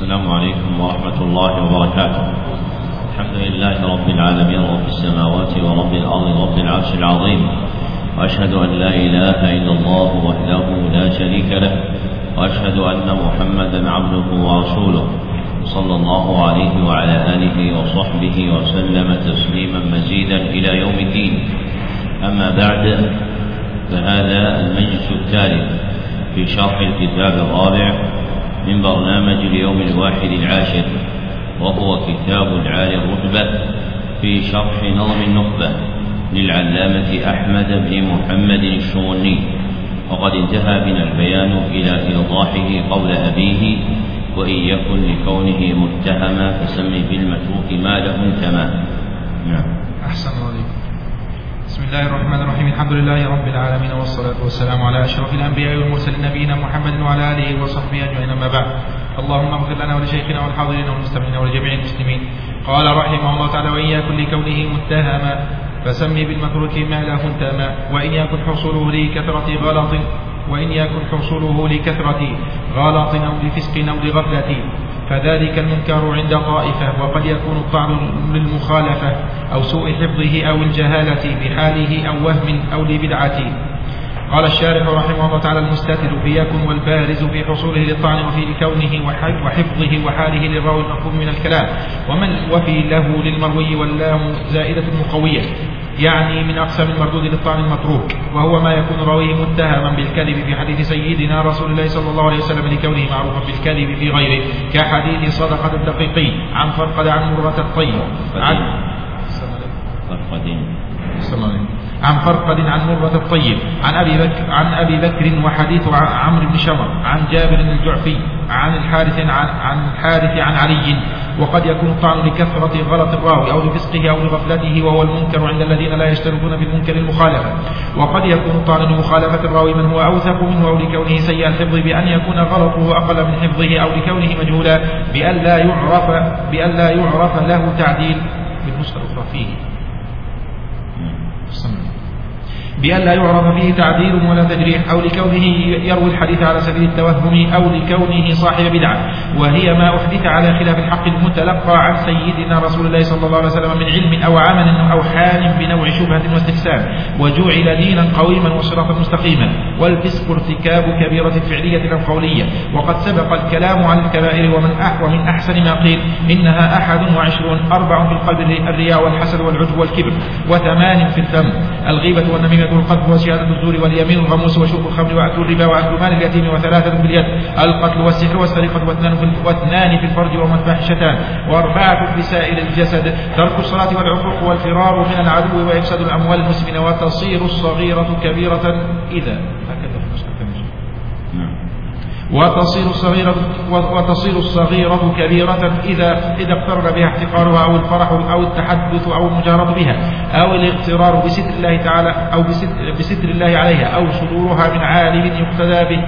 السلام عليكم ورحمة الله وبركاته. الحمد لله رب العالمين، رب السماوات ورب الأرض، رب العرش العظيم، وأشهد أن لا إله إلا الله وحده لا شريك له، وأشهد أن محمدا عبده ورسوله صلى الله عليه وعلى آله وصحبه وسلم تسليما مزيدا إلى يوم الدين. أما بعد، فهذا المجلس الثالث في شرح الكتاب الرابع من برنامج اليوم الواحد العاشر، وهو كتاب العالي الرتبة في شرح نظم النخبة للعلامة أحمد بن محمد الشوني. وقد انتهى بنا البيان إلى إيضاحه قول أبيه: وإن يكن لكونه متهما فسمي بالمتروك ما له انتمى. أحسن عليكم. بسم الله الرحمن الرحيم. الحمد لله رب العالمين، والصلاة والسلام على أشرف الأنبياء والمرسلين نبينا محمد وعلى آله وصحبه أجمعين. أما بعد، اللهم اغفر لنا ولشيخنا والحاضرين والمستمعين ولجميع المسلمين. قال رحمه الله تعالى: وإن يكن لكونه متهما فسمي بالمتروك ما له انتمى، وإن يكن حصوله لكثرة غلط أو لفسق أو لغفلة فذلك المنكر عند طائفة. وقد يكون الطعن للمخالفة أو سوء حفظه أو الجهالة بحاله أو وهم أو لبدعة. قال الشارح رحمه الله تعالى: المستتر في يكن والبارز في حصوله للطعن وفي كونه وحفظه وحاله للراوي المفهوم من الكلام، وفي له للمروي واللام زائدة مقوية، يعني من أقسام المردود للطعن المتروك، وهو ما يكون راويه متهما بالكذب في حديث سيدنا رسول الله صلى الله عليه وسلم لكونه معروفا بالكذب في غيره، كحديث صدقة الدقيقي عن فرقد عن مرة الطيب عن مرة الطيب عن أبي بكر، وحديث عمرو بن شمر عن جابر الجعفي عن الحارث عن علي. وقد يكون الطعن لكثرة غلط الراوي أو لفسقه أو لغفلته، وهو المنكر عند الذين لا يشترطون في المنكر المخالفة. وقد يكون الطعن لمخالفة الراوي من هو أوثق منه، أو لكونه سيء الحفظ بأن يكون غلطه أقل من حفظه، أو لكونه مجهولا بأن لا يعرف له تعديل بالنسخة الأخرى فيه بأن لا يعرف فيه تعديل ولا تجريح، أو لكونه يروي الحديث على سبيل التوهم، أو لكونه صاحب بدعة، وهي ما أحدث على خلاف الحق المتلقى عن سيدنا رسول الله صلى الله عليه وسلم من علم أو عمل أو حال بنوع شبهة واستفسار، وجعل دينا قويما وصراطا مستقيما. والفسق ارتكاب كبيرة فعلية أو قولية. وقد سبق الكلام عن الكبائر، ومن أحسن ما قيل إنها 21: 4 في القلب الرياء والحسد والعجب والكبر، و8 في الفم الغيبة والنميمة والقذف وشهادة الزور واليمين الغموس وشرب الخمر وأكل الربا وأكل مال اليتيم، و3 باليد القتل والسحر والسرقة، واثنان في الفرج والفاحشتان، و4 في سائر الجسد ترك الصلاة والعقوق والفرار من العدو وإفساد الأموال المسلمين، وتصير الصغيرة كبيرة إذا وتصير الصغيرة كبيرة إذا اقترن بها احتقارها أو الفرح أو التحدث أو المجارة بها أو الاغترار بستر الله تعالى أو بستر الله عليها أو صدورها من عالم يقتدى به.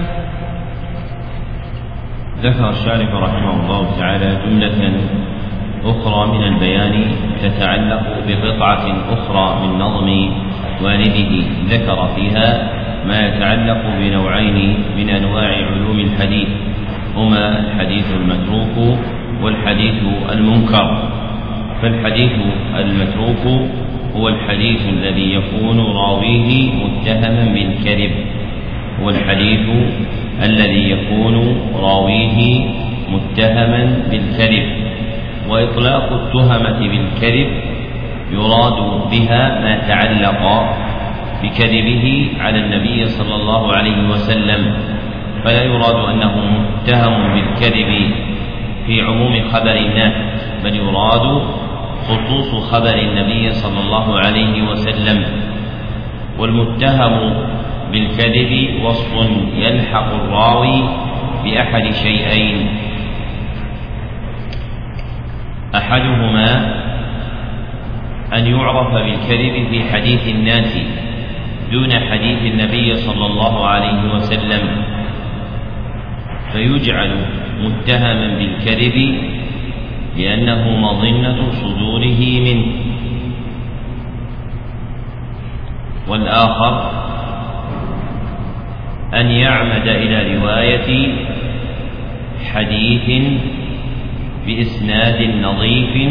ذكر الشارح رحمه الله تعالى جملة أخرى من البيان تتعلق بقطعة أخرى من نظم والده، ذكر فيها ما يتعلق بنوعين من أنواع علوم الحديث، هما الحديث المتروك والحديث المنكر. فالحديث المتروك هو الحديث الذي يكون راويه متهما بالكذب، والحديث الذي يكون راويه متهما بالكذب. وإطلاق التهمة بالكذب يراد بها ما تعلق بكذبه على النبي صلى الله عليه وسلم، فلا يراد أنه متهم بالكذب في عموم خبر الناس، بل يراد خصوص خبر النبي صلى الله عليه وسلم. والمتهم بالكذب وصف يلحق الراوي بأحد شيئين: أحدهما أن يعرف بالكذب في حديث الناس دون حديث النبي صلى الله عليه وسلم، فيجعل متهما بالكذب لأنه مظنة صدوره منه. والآخر أن يعمد إلى رواية حديث بإسناد نظيف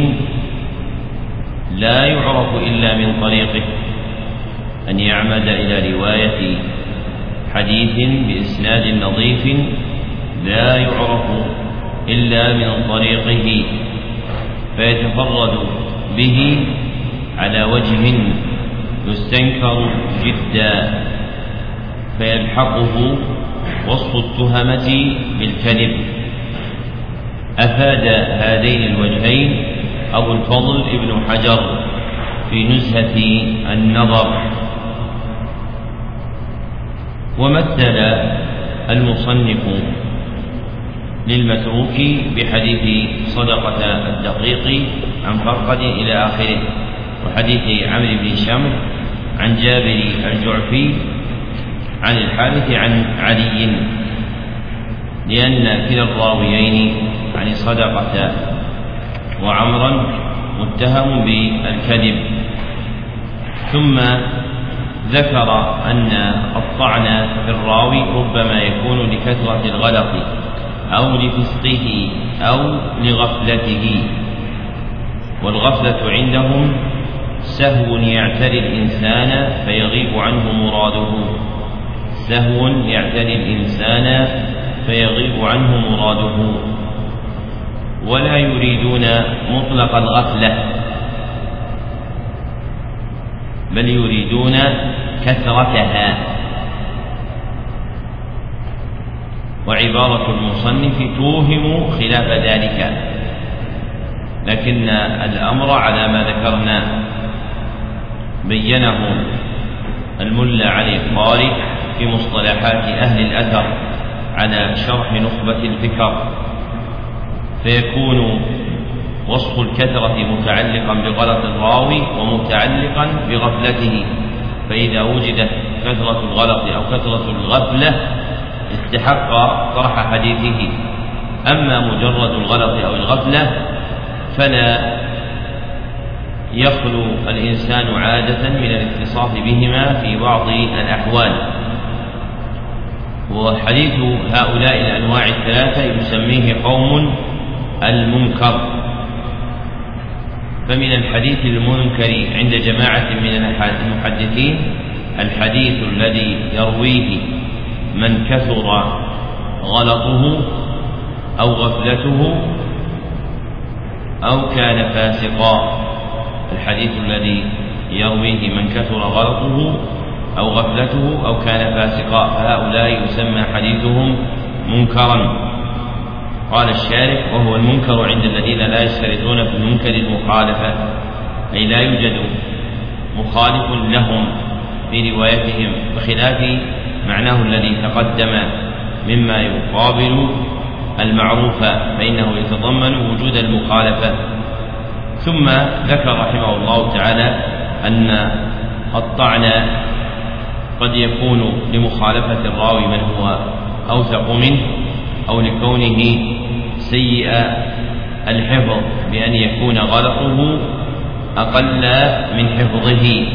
لا يعرف إلا من طريقه، أن يعمد إلى رواية حديث بإسناد نظيف لا يعرف إلا من طريقه، فيتفرد به على وجه يستنكر جدا، فيلحقه وصف التهمة بالكذب. أفاد هذين الوجهين أبو الفضل ابن حجر في نزهة النظر. ومثل المصنف للمتروك بحديث صدقة الدقيق عن فرقد إلى آخره، وحديث عمرو بن شمر عن جابر الجعفي عن الحارث عن علي، لأن كلا الراويين عن صدقة وعمرا متهم بالكذب. ثم ذكر أن الطعن في الراوي ربما يكون لكثرة الغلط أو لفسقه أو لغفلته، والغفلة عندهم سهو يعتري الإنسان فيغيب عنه مراده، سهو يعتري الإنسان فيغيب عنه مراده، ولا يريدون مطلق الغفلة بل يريدون كثرتها. وعبارة المصنف توهم خلاف ذلك، لكن الأمر على ما ذكرنا بينه الملا علي القاري في مصطلحات أهل الأثر على شرح نخبة الفكر، فيكون وصف الكثرة متعلقا بغلط الراوي ومتعلقا بغفلته، فإذا وجدت كثرة الغلط أو كثرة الغفلة استحق طرح حديثه. أما مجرد الغلط أو الغفلة فلا يخلو الإنسان عادة من الاتصاف بهما في بعض الأحوال. وحديث هؤلاء الأنواع الثلاثة يسميه قوم المنكر. فمن الحديث المنكر عند جماعة من المحدثين الحديث الذي يرويه من كثر غلطه أو غفلته أو كان فاسقا، الحديث الذي يرويه من كثر غلطه أو غفلته أو كان فاسقا، فهؤلاء يسمى حديثهم منكرا. قال الشارح: وهو المنكر عند الذين لا يشترطون في المنكر المخالفة، أي لا يوجد مخالف لهم في روايتهم، بخلاف معناه الذي تقدم مما يقابل المعروف، فإنه يتضمن وجود المخالفة. ثم ذكر رحمه الله تعالى أن الطعن قد يكون لمخالفة الراوي من هو أوثق منه، أو لكونه سيء الحفظ بأن يكون غلطه أقل من حفظه،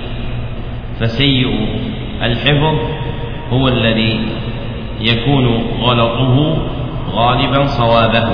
فسيء الحفظ هو الذي يكون غلطه غالبا صوابه،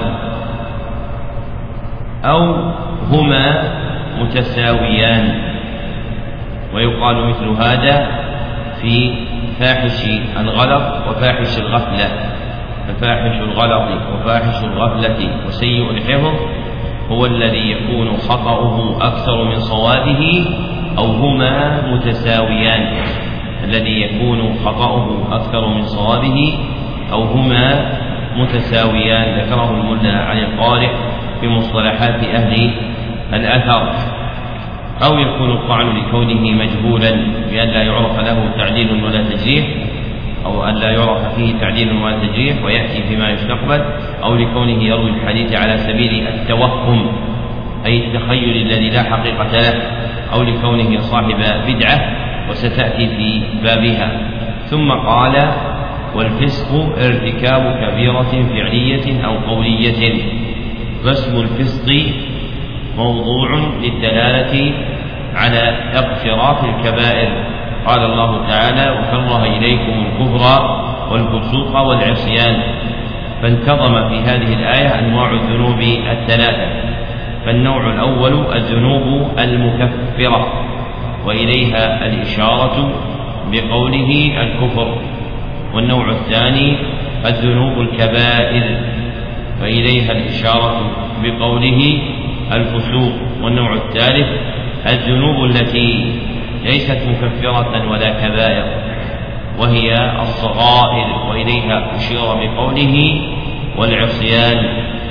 أو هما متساويان. ويقال مثل هذا في فاحش الغلط وفاحش الغفلة، ففاحش الغلط وفاحش الغفلة وسيء الحفظ هو الذي يكون خطأه أكثر من صوابه، أو هما متساويان، الذي يكون خطأه أكثر من صوابه أو هما متساويان. ذكره الملا علي القارئ في مصطلحات أهل الأثر. أو يكون الطعن لكونه مجهولا بأن لا يعرف له تعديل ولا تجريح، أو أن لا يعرف فيه تعديل ولا تجريح ويأتي فيما يستقبل، أو لكونه يروي الحديث على سبيل التوهم أي التخيل الذي لا حقيقة له، أو لكونه صاحب بدعة وستأتي في بابها. ثم قال: والفسق ارتكاب كبيرة فعلية أو قولية. فاسم الفسق موضوع للدلالة على اقتراف الكبائر. قال الله تعالى: وكره إليكم الكفر والفسوق والعصيان. فانتظم في هذه الآية أنواع الذنوب الثلاثة. فالنوع الأول الذنوب المكفرة، وإليها الإشارة بقوله الكفر. والنوع الثاني الذنوب الكبائر، وإليها الإشارة بقوله الفسوق. والنوع الثالث الذنوب التي ليست مكفرة ولا كبائر، وهي الصغائر، وإليها أشير بقوله والعصيان.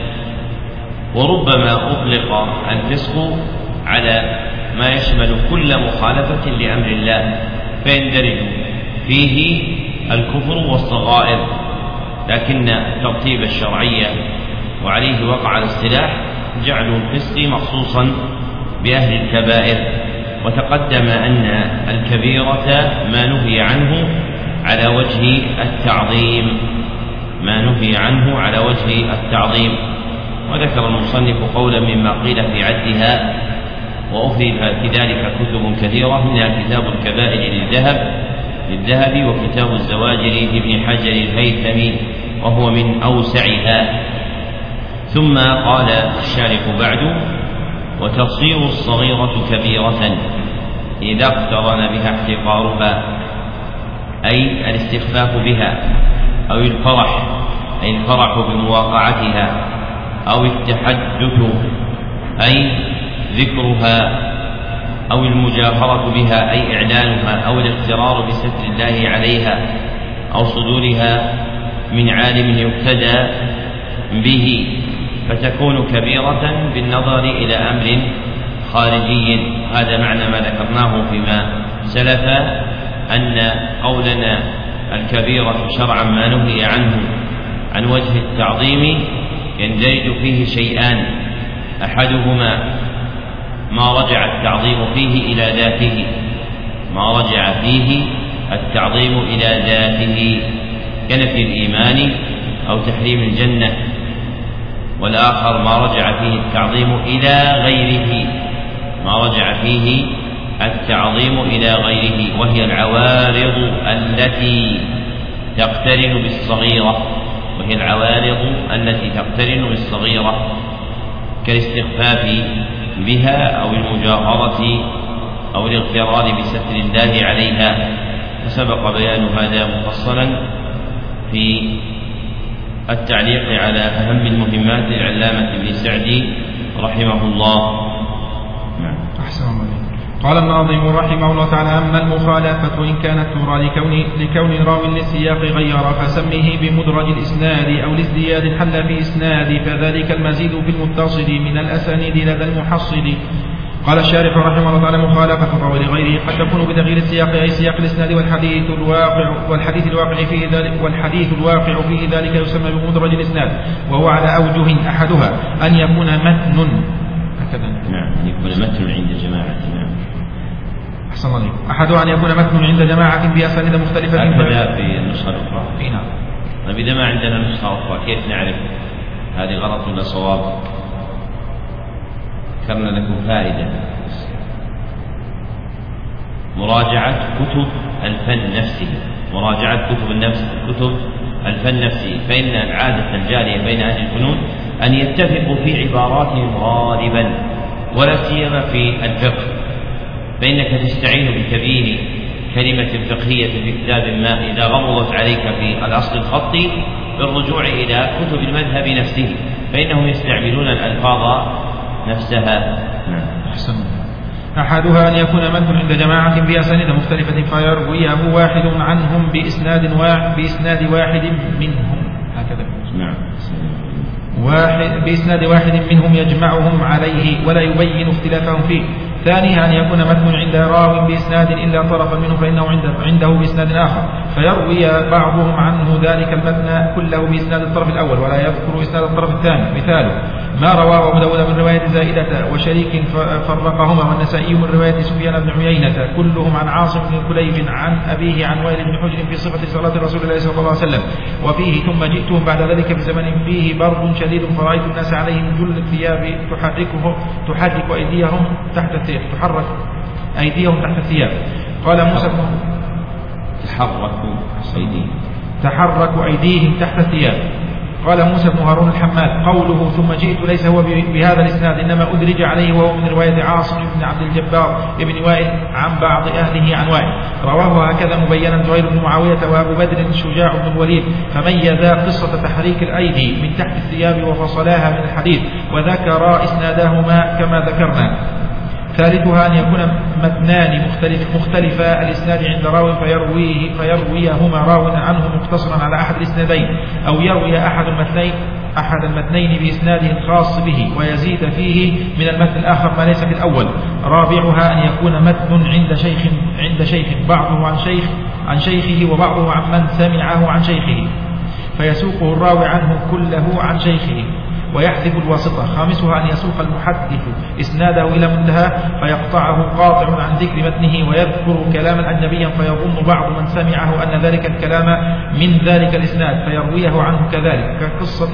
وربما أطلق الفسق على ما يشمل كل مخالفة لأمر الله، فيندرج فيه الكفر والصغائر، لكن الترتيب الشرعي وعليه وقع الاصطلاح جعل الفسق مخصوصا بأهل الكبائر. وتقدم أن الكبيرة ما نهي عنه على وجه التعظيم، ما نهي عنه على وجه التعظيم. وذكر المصنف قولا مما قيل في عدها، وأفرد في ذلك كتب كثيرة، منها كتاب الكبائر للذهبي، وكتاب الزواجر لابن حجر الهيثمي، وهو من أوسعها. ثم قال الشارح بعد: وتصير الصغيرة كبيرة إذا اقترن بها احتقارها، أي الاستخفاف بها، أو الفرح، أي الفرح بمواقعتها، أو التحدث أي ذكرها، أو المجاهرة بها أي إعلانها، أو الاغترار بستر الله عليها، أو صدورها من عالم يقتدى به، فتكون كبيرة بالنظر إلى أمر خارجي. هذا معنى ما ذكرناه فيما سلف، أن قولنا الكبيرة شرعا ما نهي عنه عن وجه التعظيم يندرج فيه شيئان: أحدهما ما رجع التعظيم فيه إلى ذاته، ما رجع فيه التعظيم إلى ذاته كنفي الإيمان أو تحريم الجنة. والآخر ما رجع فيه التعظيم إلى غيره، ما رجع فيه التعظيم إلى غيره، وهي العوارض التي تقترن بالصغيرة، وهي العوارض التي تقترن بالصغيرة كالاستخفاف بها، أو المجاهرة، أو الاغترار بستر الله عليها. وسبق بيان هذا مفصلا في التعليق على أهم المهمات للعلامة ابن سعدي رحمه الله. أحسن الله. قال الناظم رحمه الله تعالى: أما المخالفة إن كانت ترى لكون راو للسياق غير، فسمه بمدرج الإسناد أو لازدياد حل في إسناد، فذلك المزيد في المتصل من الأسانيد لدى المحصل. قال الشارح رحمه الله تعالى: مخالفة الراوي لغيره قد تكون بتغيير السياق، أي سياق الإسناد، والحديث الواقع فيه ذلك يسمى بمدرج الإسناد، وهو على أوجه: أحدها أن يكون متن، نعم، يكون متن عند جماعة. نعم، أحسن الله. أحدها أن يكون متن عند جماعة بأسانيد مختلفة. هكذا في النسخة الأخرى. نعم. طيب إذا ما عندنا نسخة أخرى كيف نعرف هذه غلط ولا صواب؟ ذكرنا لكم فائدة: مراجعة كتب الفن نفسه، مراجعة كتب الفن نفسه، فإن العادة الجارية بين أهل الفنون أن يتفقوا في عباراتهم غالبا، ولا سيما في الفقه، فإنك تستعين بتبيين كلمة فقهية في كتاب ما إذا غمضت عليك في الأصل الخطي بالرجوع إلى كتب المذهب نفسه، فإنهم يستعملون الألفاظ نفسها. أحسن. أحدها أن يكون متن عند جماعة بأسانيد مختلفة، فيرويه واحد عنهم بإسناد واحد منهم، هكذا. نعم. بإسناد واحد منهم يجمعهم عليه ولا يبين اختلافهم فيه. ثانيها أن يكون متن عند راو بإسناد إلا طرفا منه، فإنه عنده بإسناد آخر، فيروي بعضهم عنه ذلك المتن كله بإسناد الطرف الأول ولا يذكر إسناد الطرف الثاني. مثاله ما رواه أبو داود من رواية زائدة وشريك فرقهما، والنسائي من رواية سفيان بن عيينة، كلهم عن عاصم بن كليب عن أبيه عن وائل بن حجر في صفة صلاة رسول الله صلى الله عليه وسلم. وفيه: ثم جئتهم بعد ذلك في زمن فيه برد شديد، فرأيت الناس عليهم جل الثياب تحرك أيديهم تحت الثياب، تحرك أيديهم تحت الثياب. قال موسى: تحرك أيديهم تحت الثياب. قال موسى بن هارون الحمال قوله ثم جئت ليس هو بهذا الإسناد، إنما أدرج عليه وهو من رواية عاصم بن عبد الجبار بن وائل عن بعض أهله عن وائل. رواه هكذا مبينا زهير بن معاوية وأبو بدر شجاع بن الوليد، فميزا قصة تحريك الأيدي من تحت الثياب وفصلاها من الحديث وذكر إسنادهما كما ذكرنا. ثالثها أن يكون متنان مختلفا الإسناد عند راو فيرويهما راو عنه مقتصرا على أحد الإسنادين، أو يروي أحد المتنين بإسناده الخاص به ويزيد فيه من المتن الآخر ما ليس في الأول. رابعها أن يكون متن عند شيخ بعضه عن شيخه وبعضه عن من سمعه عن شيخه، فيسوقه الراوي عنه كله عن شيخه ويحذف الواسطة. خامسها أن يسوق المحدث إسناده إلى منتهى فيقطعه قاطع عن ذكر متنه ويذكر كلاما أجنبيا فيظن بعض من سمعه أن ذلك الكلام من ذلك الإسناد فيرويه عنه كذلك، كقصة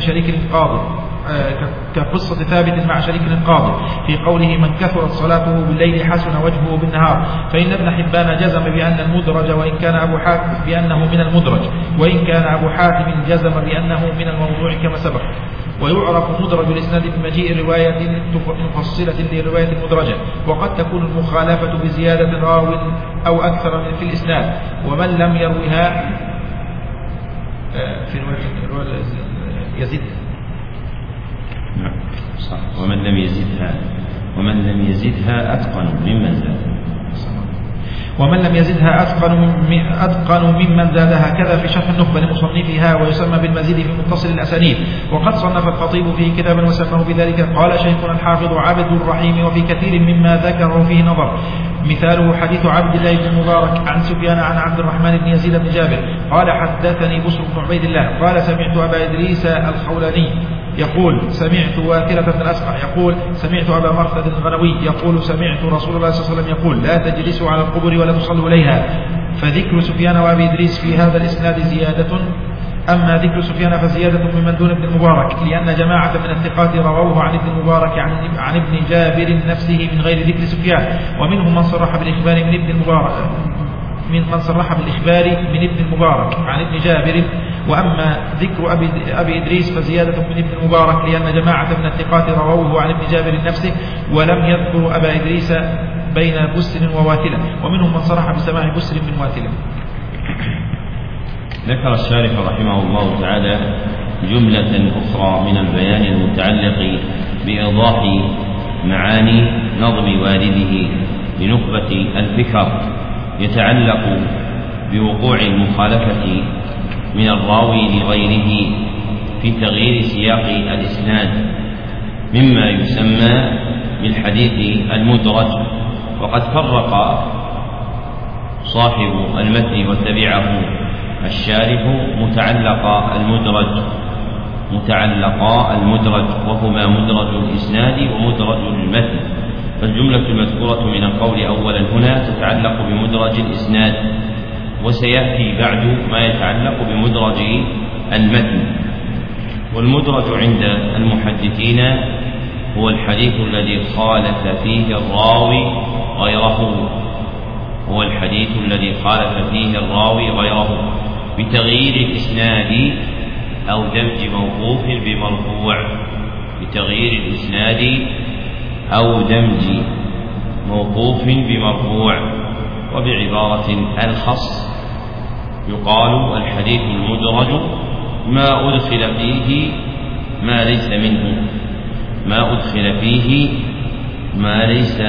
ثابت مع شريك القاضي في قوله من كثرت صلاته بالليل حسن وجهه بالنهار، فإن ابن حبان جزم بأن المدرج وإن كان أبو حاتم بأنه من المدرج، وإن كان أبو حاتم جزم بأنه من الموضوع كما سبق. ويعرف مدرج الإسناد بمجيء رواية مفصلة لرواية المدرجة، وقد تكون المخالفة بزيادة راو أو أكثر من في الإسناد، ومن لم يروها في رواية يزيد صح. ومن لم يزدها أتقن ممن زاد. ومن لم يزدها أتقن ممن زادها، كذا في شرح النخبة لمصنفها، ويسمى بالمزيد في متصل الأسانيد. وقد صنف الخطيب فيه كتابا وسماه بذلك. قال شيخنا الحافظ عبد الرحيم وفي كثير مما ذكره فيه نظر، مثاله حديث عبد الله بن المبارك عن سفيان عن عبد الرحمن بن يزيد بن جابر قال حدثني بسر بن عبيد الله قال سمعت أبا إدريس الخولاني يقول سمعت واثرة بن الأسقع يقول سمعت أبا مرثد الغنوي يقول سمعت رسول الله صلى الله عليه وسلم يقول لا تجلسوا على القبور ولا تصلوا إليها. فذكر سفيان وأبي إدريس في هذا الإسناد زيادة، أما ذكر سفيان فزيادة ممن دون ابن المبارك، لأن جماعة من الثقات رووه عن ابن المبارك عن ابن جابر نفسه من غير ذكر سفيان، ومنهم من صرح بالإخبار من ابن المبارك عن ابن جابر. وأما ذكر أبي إدريس فزيادة من ابن المبارك، لأن جماعة من الثقات رووه عن ابن جابر نفسه ولم يذكر أبا إدريس بين بسر وواتلة، ومنهم من صرح بسماع بسر من واتلة. ذكر الشارح رحمه الله تعالى جملة أخرى من البيان المتعلق بإيضاح معاني نظم والده لنخبة الفكر، يتعلق بوقوع المخالفة من الراوي لغيره في تغيير سياق الإسناد مما يسمى بالحديث المدرج. وقد فرق صاحب المتن وتبعه الشارح متعلق المدرج وهما مدرج الإسناد ومدرج المتن. فالجملة المذكورة من القول أولا هنا تتعلق بمدرج الإسناد، وسيأتي بعد ما يتعلق بمدرج المتن. والمدرج عند المحدثين هو الحديث الذي خالف فيه الراوي غيره بتغيير الإسناد أو دمج موقوف بمرفوع. وبعبارة ألخص يقال الحديث المدرج ما أدخل فيه ما ليس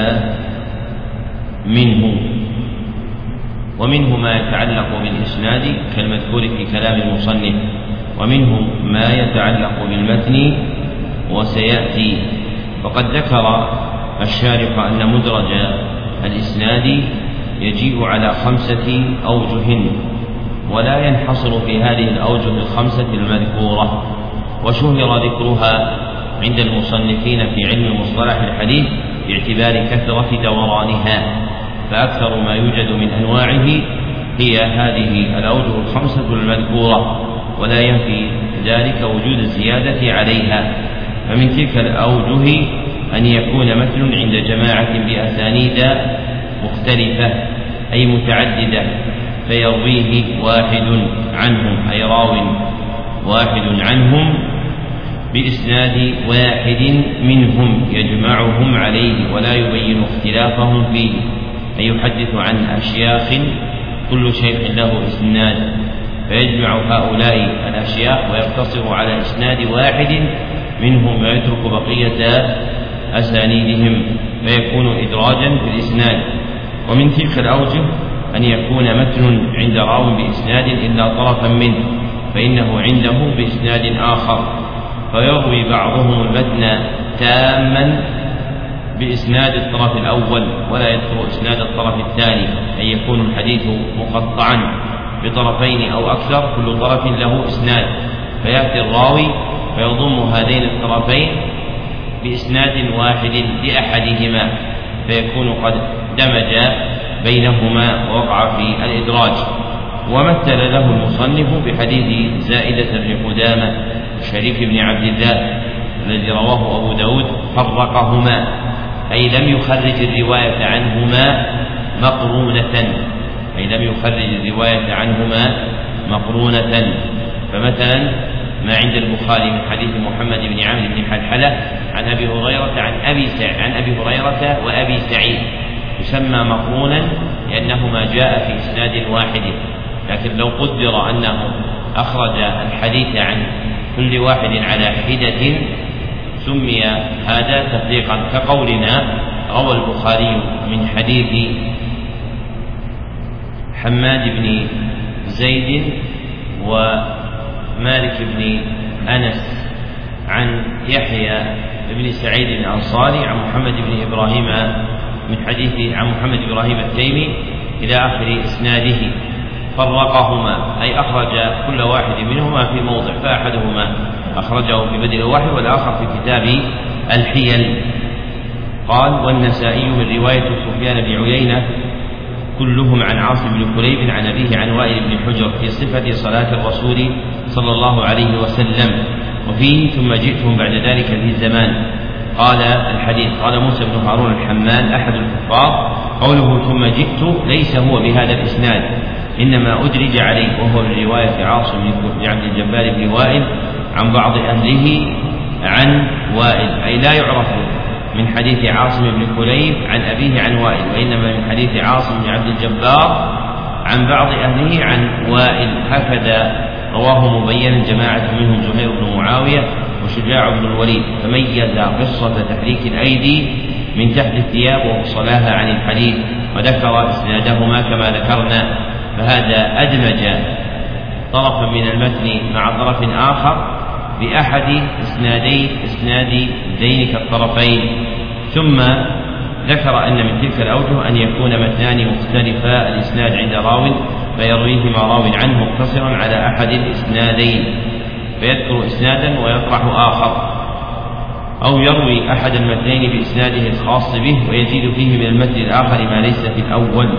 منه. ومنه ما يتعلق بالإسناد كالمذكور في كلام المصنف، ومنه ما يتعلق بالمتن وسيأتي. وقد ذكر الشارح أن مدرج الإسناد يجيء على 5 أوجه، ولا ينحصر في هذه الأوجه 5 المذكورة، وشهر ذكرها عند المصنفين في علم مصطلح الحديث باعتبار كثرة دورانها، فأكثر ما يوجد من أنواعه هي هذه الأوجه 5 المذكورة، ولا ينفي ذلك وجود الزيادة عليها. فمن تلك الأوجه أن يكون متن عند جماعة بأسانيد مختلفة أي متعددة، فيرويه واحد عنهم أي راو واحد عنهم بإسناد واحد منهم يجمعهم عليه ولا يبين اختلافهم فيه، أي يحدث عن أشياخ كل شيخ له إسناد فيجمع هؤلاء الأشياخ ويقتصر على إسناد واحد منهم ويترك بقية أسانيدهم فيكون إدراجا في الإسناد. ومن تلك الأوجه أن يكون متن عند راو بإسناد إلا طرفا منه فإنه عنده بإسناد آخر، فيروي بعضهم المتن تاما بإسناد الطرف الأول ولا يذكر إسناد الطرف الثاني، أي يكون الحديث مقطعا بطرفين أو أكثر كل طرف له إسناد، فيأتي الراوي فيضم هذين الطرفين بإسناد واحد لأحدهما فيكون قد دمج بينهما ووقع في الإدراج. ومثل له المصنف بحديث زائدة بن قدامة شريف بن عبد الله الذي رواه أبو داود فرقهما، أي لم يخرج الرواية عنهما مقرونة. فمثلا ما عند البخاري من حديث محمد بن عمرو بن حلحلة عن أبي هريرة عن أبي هريرة وأبي سعيد يسمى مقرونا لأنهما جاء في إسناد واحد، لكن لو قدر أنه أخرج الحديث عن كل واحد على حدة سمي هذا تفريقا، كقولنا روى البخاري من حديث حماد بن زيد ومالك بن أنس عن يحيى بن سعيد الأنصاري عن محمد بن إبراهيم من حديث عن محمد بن إبراهيم التيمي إلى آخر إسناده، فرقهما أي أخرج كل واحد منهما في موضع، فأحدهما أخرجه في بدء الوحي والآخر في كتاب الحيل. قال: والنسائي من رواية سفيان بن عيينة كلهم عن عاصم بن كليب عن أبيه عن وائل بن حجر في صفة صلاة الرسول صلى الله عليه وسلم، وفيه ثم جئتم بعد ذلك في زمان. قال الحديث قال موسى بن هارون الحمال أحد الكفار قوله ثم جئت ليس هو بهذا الإسناد، إنما أدرج عليه وهو من رواية عاصم بن عبد الجبار بن وائل عن بعض أهله عن وائل، أي لا يعرف من حديث عاصم بن كليب عن أبيه عن وائل، وإنما من حديث عاصم بن عبد الجبار عن بعض أهله عن وائل. هكذا رواه مبينا جماعة منهم زهير بن معاوية وشجاع بن الوليد، فميز قصة تحريك الأيدي من تحت الثياب وفصلاها عن الحديث وذكر إسنادهما كما ذكرنا، فهذا أدمج طرفا من المتن مع طرف آخر بأحد إسنادي ذينك الطرفين. ثم ذكر أن من تلك الأوجه أن يكون متنان مختلفا الإسناد عند راو فيرويهما راو عنه مقتصرا على أحد الإسنادين فيذكر إسنادا ويطرح آخر، أو يروي أحد المتنين بإسناده الخاص به ويزيد فيه من المتن الآخر ما ليس في الأول.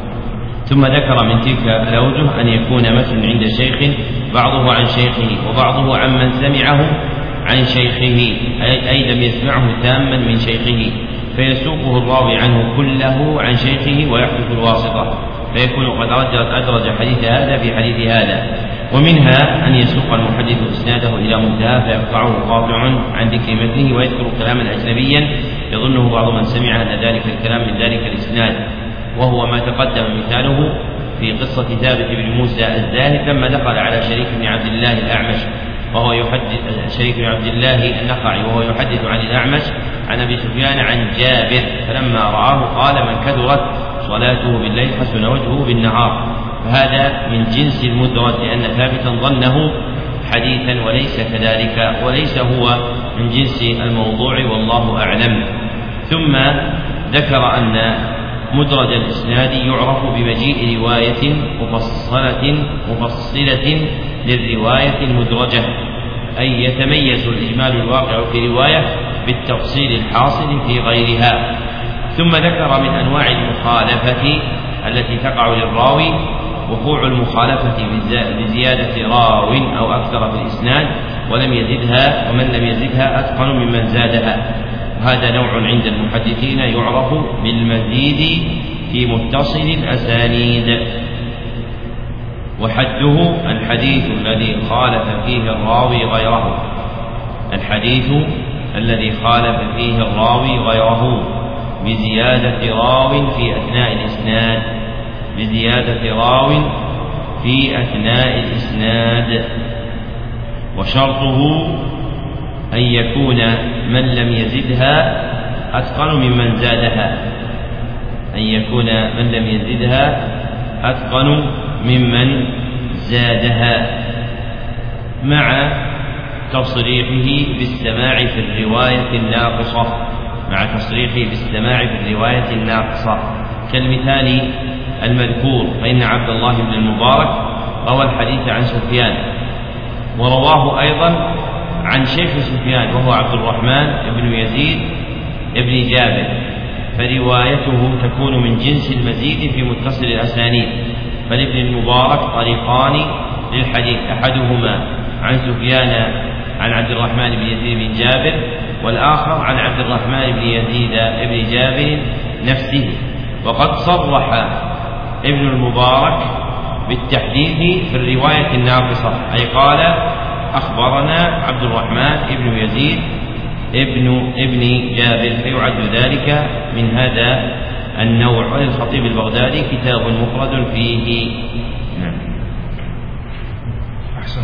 ثم ذكر من تلك الأوجه أن يكون متن عند شيخ بعضه عن شيخه وبعضه عمن سمعه عن شيخه، أي لم يسمعه تاما من شيخه، فيسوقه الراوي عنه كله عن شيخه ويحدث الواسطة، فيكون قد أدرج حديث هذا في حديث هذا. ومنها أن يسوق المحدث إسناده إلى منتهى فيقطعه قاطع عن ذكر متنه ويذكر كلاما أجنبيا يظنه بعض من سمع أن ذلك الكلام من ذلك الإسناد، وهو ما تقدم مثاله في قصة ثابت بن موسى الزاهد لما دخل على شريك بن عبد الله الأعمش وهو يحدث شريك بن عبد الله النخعي وهو يحدث عن الأعمش عن أبي سفيان عن جابر، فلما رآه قال: من كثرت صلاته بالليل حسن وجهه بالنهار. فهذا من جنس المدرج لأن ثابتا ظنه حديثا وليس كذلك، وليس هو من جنس الموضوع والله أعلم. ثم ذكر أن مدرج الإسناد يعرف بمجيء رواية مفصلة للرواية المدرجة، أي يتميز الإجمال الواقع في رواية بالتفصيل الحاصل في غيرها. ثم ذكر من أنواع المخالفة التي تقع للراوي وقوع المخالفة بزيادة راو أو أكثر في الإسناد ولم يزدها، ومن لم يزدها أتقن ممن زادها، وهذا نوع عند المحدثين يعرف بالمزيد في متصل الأسانيد. وحده الحديث الذي خالف فيه الراوي غيره، الحديث الذي خالف فيه الراوي غيره بزيادة راو في أثناء الإسناد، بزيادة راو في أثناء الإسناد. وشرطه أن يكون من لم يزدها أتقن ممن زادها، أن يكون من لم يزدها أتقن ممن زادها، مع تصريحه بالسماع في الرواية الناقصة، مع تصريحه بالسماع في الرواية الناقصة، كالمثال المذكور، فإن عبد الله بن المبارك روى الحديث عن سفيان، ورواه أيضا عن شيخ سفيان وهو عبد الرحمن بن يزيد بن جابر، فروايته تكون من جنس المزيد في متصل الأسانيد. فلابن المبارك طريقان للحديث، أحدهما عن سفيان عن عبد الرحمن بن يزيد بن جابر، والآخر عن عبد الرحمن بن يزيد بن جابر نفسه. وقد صرح ابن المبارك بالتحديث في الرواية الناقصة، أي قال أخبرنا عبد الرحمن بن يزيد ابن جابر، فيعد ذلك من هذا النوع. وللخطيب البغدادي كتاب مفرد فيه. أحسن.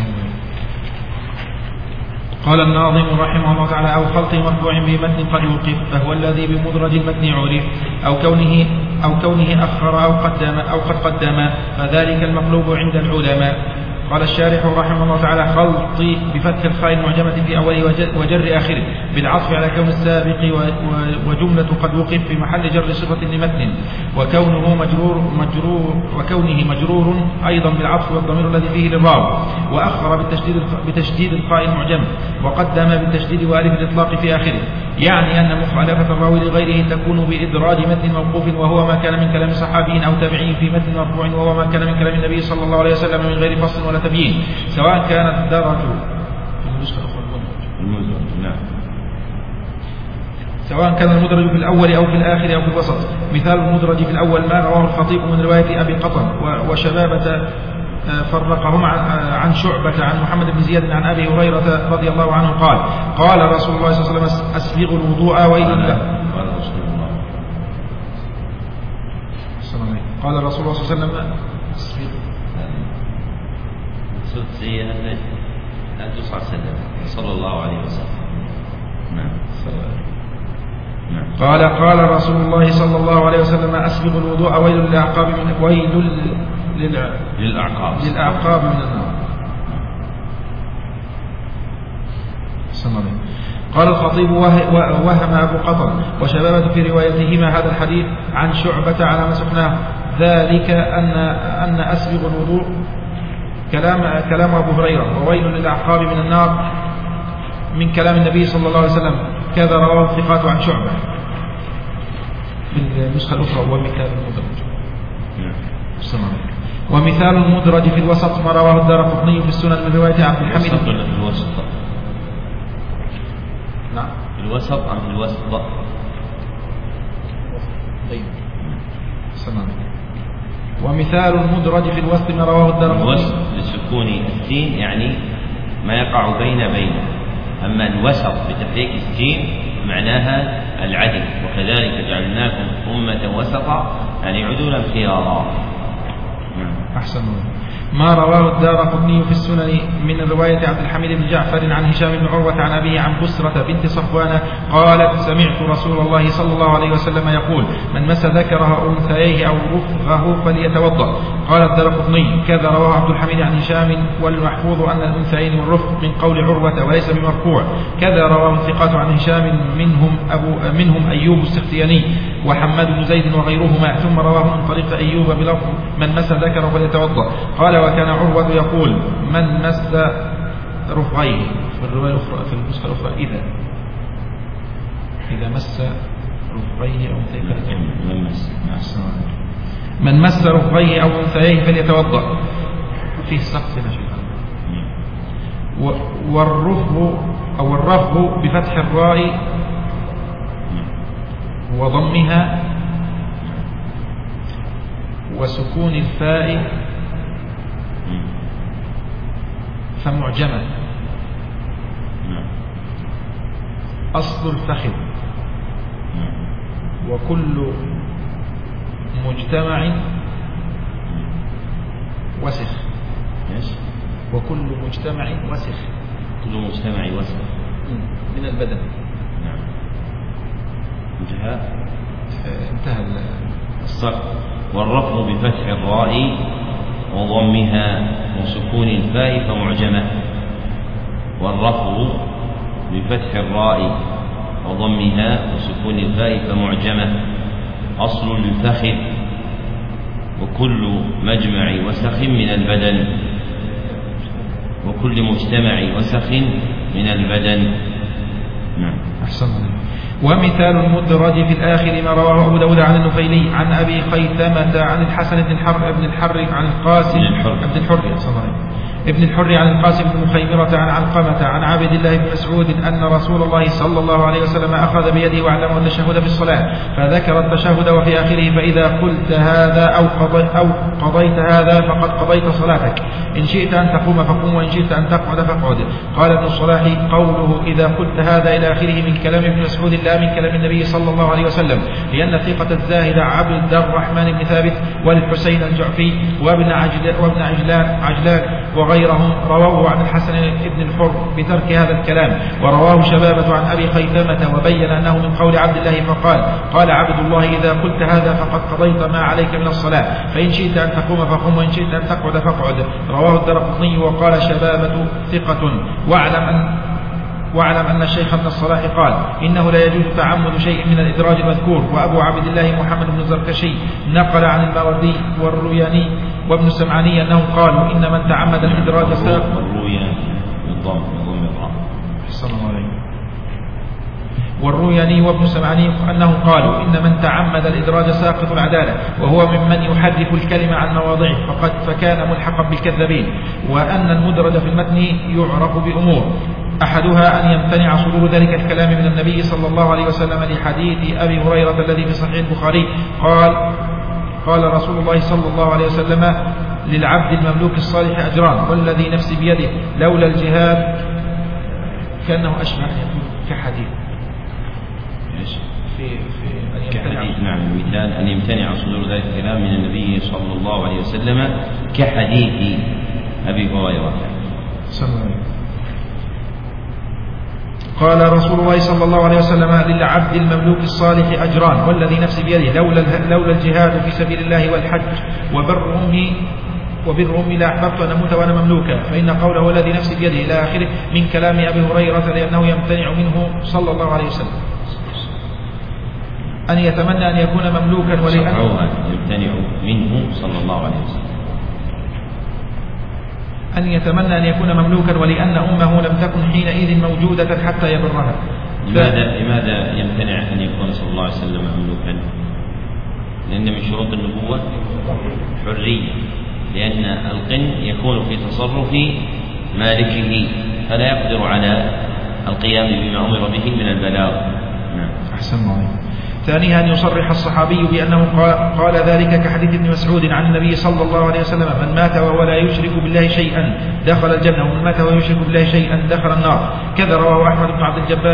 قال الناظم رحمه الله تعالى: أو خلط مرفوع بمتن قد يوقف، فهو الذي بمدرج المتن عرف، أو كونه أخر أو قد قدم، فذلك المطلوب عند العلماء. قال الشارح رحمه الله تعالى: خلط بفتح الخاء المعجمة في أوله وجر آخره بالعطف على كون السابق، وجملة قد وقف في محل جر صفة لمتن، وكونه مجرور أيضا بالعطف والضمير الذي فيه للراو، وأخر بتشديد الخاء المعجمة، وقدم بالتشديد وألف الإطلاق في آخره، يعني أن مخالفة الراوي لغيره تكون بإدراج متن موقوف وهو ما كان من كلام صحابي أو تابعي في متن مرفوع وهو ما كان من كلام النبي صلى الله عليه وسلم من غير فصل ولا تبيين، سواء كان الدرج سواء كان المدرج في الأول أو في الآخر أو في الوسط. مثال المدرج في الأول ما رواه الخطيب من رواية أبي قطن وشبابة فرقهما عن شعبة عن محمد بن زياد عن أبي هريرة رضي الله عنه قال: قال رسول الله صلى الله عليه وسلم: أسبغوا الوضوء ويل له. قال رسول الله صلى الله عليه وسلم: صلى الله عليه وسلم. قال رسول الله صلى الله عليه وسلم: أسبغوا الوضوء ويل للأعقاب للأعقاب من النار. قال الخطيب: وهم أبو قطن وشبابة في روايتهما هذا الحديث عن شعبة على ما سقناه، ذلك أن أسبغ الوضوء كلام أبو هريرة، وويل للأعقاب من النار من كلام النبي صلى الله عليه وسلم، كذا رواه الثقات عن شعبة. في النسخة الأخرى ومثال المدرج. ومثال المدرج في الوسط ما رواه الدارقطني في السنن من رواية عبد الحميد. نعم، في الوسط أم في الوسط؟ ومثال المدرج في الوسط ما رواه الدارقطني. الوسط لسكون السين يعني ما يقع بين، أما الوسط بتحريك السين معناها العدل، وكذلك جعلناكم أمة وسطا يعني عدولا خيارا. أحسن. ما رواه الدارقطني في السنن من رواية عبد الحميد بن جعفر عن هشام بن عروة عن أبيه عن بسرة بنت صفوان قالت: سمعت رسول الله صلى الله عليه وسلم يقول: من مس ذكره أنثيه أو رفغه فليتوضأ. قال الدارقطني: كذا رواه عبد الحميد عن هشام، والمحفوظ أن الأنثيين والرفق من قول عروة وليس بمرفوع. كذا رواه الثقات عن هشام منهم أيوب السختياني وحماد بن زيد وغيرهما، ثم رواه من طريق أيوب بلفظ: من مس ذكره فليتوضأ. قال: وكان عروة يقول: من مس رفغيه. في الرواية الأخرى في النسخة الأخرى إذا مس رفغيه أو أنثيه من مس رفغيه أو أنثيه فليتوضأ. فيه سقط هنا شيء. والرفغ بفتح الراء وضمها وسكون الفاء فمعجمة. أصل الفخذ. وكل مجتمع وسخ. وكل مجتمع وسخ. كل مجتمع وسخ من البدن. نعم. انتهى الصرف. والرفع بفتح الراء وضمها وسكون الفاء فمعجمة. والرفع بفتح الراء وضمها وسكون الفاء فمعجمة. أصل الفخذ. وكل مجمع وسخ من البدن. وكل مجتمع وسخ من البدن. نعم. أحسن. ومثال المدرج في الآخر ما رواه أبو داود عن النفيلي عن أبي خيثمة عن الحسن بن الحر عن القاسم ابن الحر عن القاسم بن مخيمرة عن علقمة عن عبد الله بن مسعود أن رسول الله صلى الله عليه وسلم أخذ بيده وعلمه التشهد في الصلاة فذكر التشهد وفي آخره فإذا قلت هذا أو قضيت هذا فقد قضيت صلاتك إن شئت أن تقوم فقوم وإن شئت أن تقعد فاقعد. قال ابن الصلاح قوله إذا قلت هذا إلى آخره من كلام ابن مسعود لا من كلام النبي صلى الله عليه وسلم لأن ثقة الزاهد عبد الرحمن بن ثابت والحسين الجعفي وابن عجلان وغيرهم رواه عن الحسن بن الحر بترك هذا الكلام. ورواه شبابة عن أبي خيثمة وبين أنه من قول عبد الله فقال قال عبد الله إذا قلت هذا فقد قضيت ما عليك من الصلاة فإن شئت أن تقوم فقم وإن شئت أن تقعد فاقعد. رواه الدرقطني وقال شبابة ثقة. واعلم أن الشيخ ابن الصلاح قال إنه لا يجوز تعمد شيء من الإدراج المذكور. وأبو عبد الله محمد بن الزركشي نقل عن الماوردي والروياني وابن السمعاني أنهم قالوا إن من تعمد الإدراج والروياني وابن السمعاني أنهم قالوا إن من تعمد الإدراج ساقط العدالة وهو ممن يحرف الكلمة عن مواضعه فكان ملحقا بالكذابين. وأن المدرج في المتن يعرف بأمور أحدها أن يمتنع صدور ذلك الكلام من النبي صلى الله عليه وسلم لحديث أبي هريرة الذي في صحيح البخاري قال رسول الله صلى الله عليه وسلم للعبد المملوك الصالح أجران والذي نفسي بيده لولا الجهاد كأنه أشبه أن يكون كحديث كحديث. نعم. مثال أن يمتنع صدور ذلك الكلام من النبي صلى الله عليه وسلم كحديث أبي هريرة صلى الله عليه وسلم. قال رسول الله صلى الله عليه وسلم للعبد المملوك الصالح أجران والذي نفسي بيده لولا الجهاد في سبيل الله والحج وبر أمي لأحببت أن أموت وأنا مملوكا. فإن قوله والذي نفسي بيده إلى آخره من كلام أبي هريرة لأنه يمتنع منه صلى الله عليه وسلم أن يتمنى أن يكون مملوكا يمتنع منه صلى الله عليه وسلم أن يتمنى أن يكون مملوكا ولأن أمه لم تكن حينئذ موجودة حتى يبرها. لماذا يمتنع أن يكون صلى الله عليه وسلم مملوكا؟ لأن من شروط النبوة حرية لأن القن يكون في تصرف مالكه فلا يقدر على القيام بما أمر به من البلاغ. نعم. أحسن الله. ثانيها أن يصرح الصحابي بأنه قال ذلك كحديث ابن مسعود عن النبي صلى الله عليه وسلم من مات وهو لا يشرك بالله شيئا دخل الجنة ومن مات وهو يشرك بالله شيئا دخل النار. كذا رواه أحمد بن عبد الجبار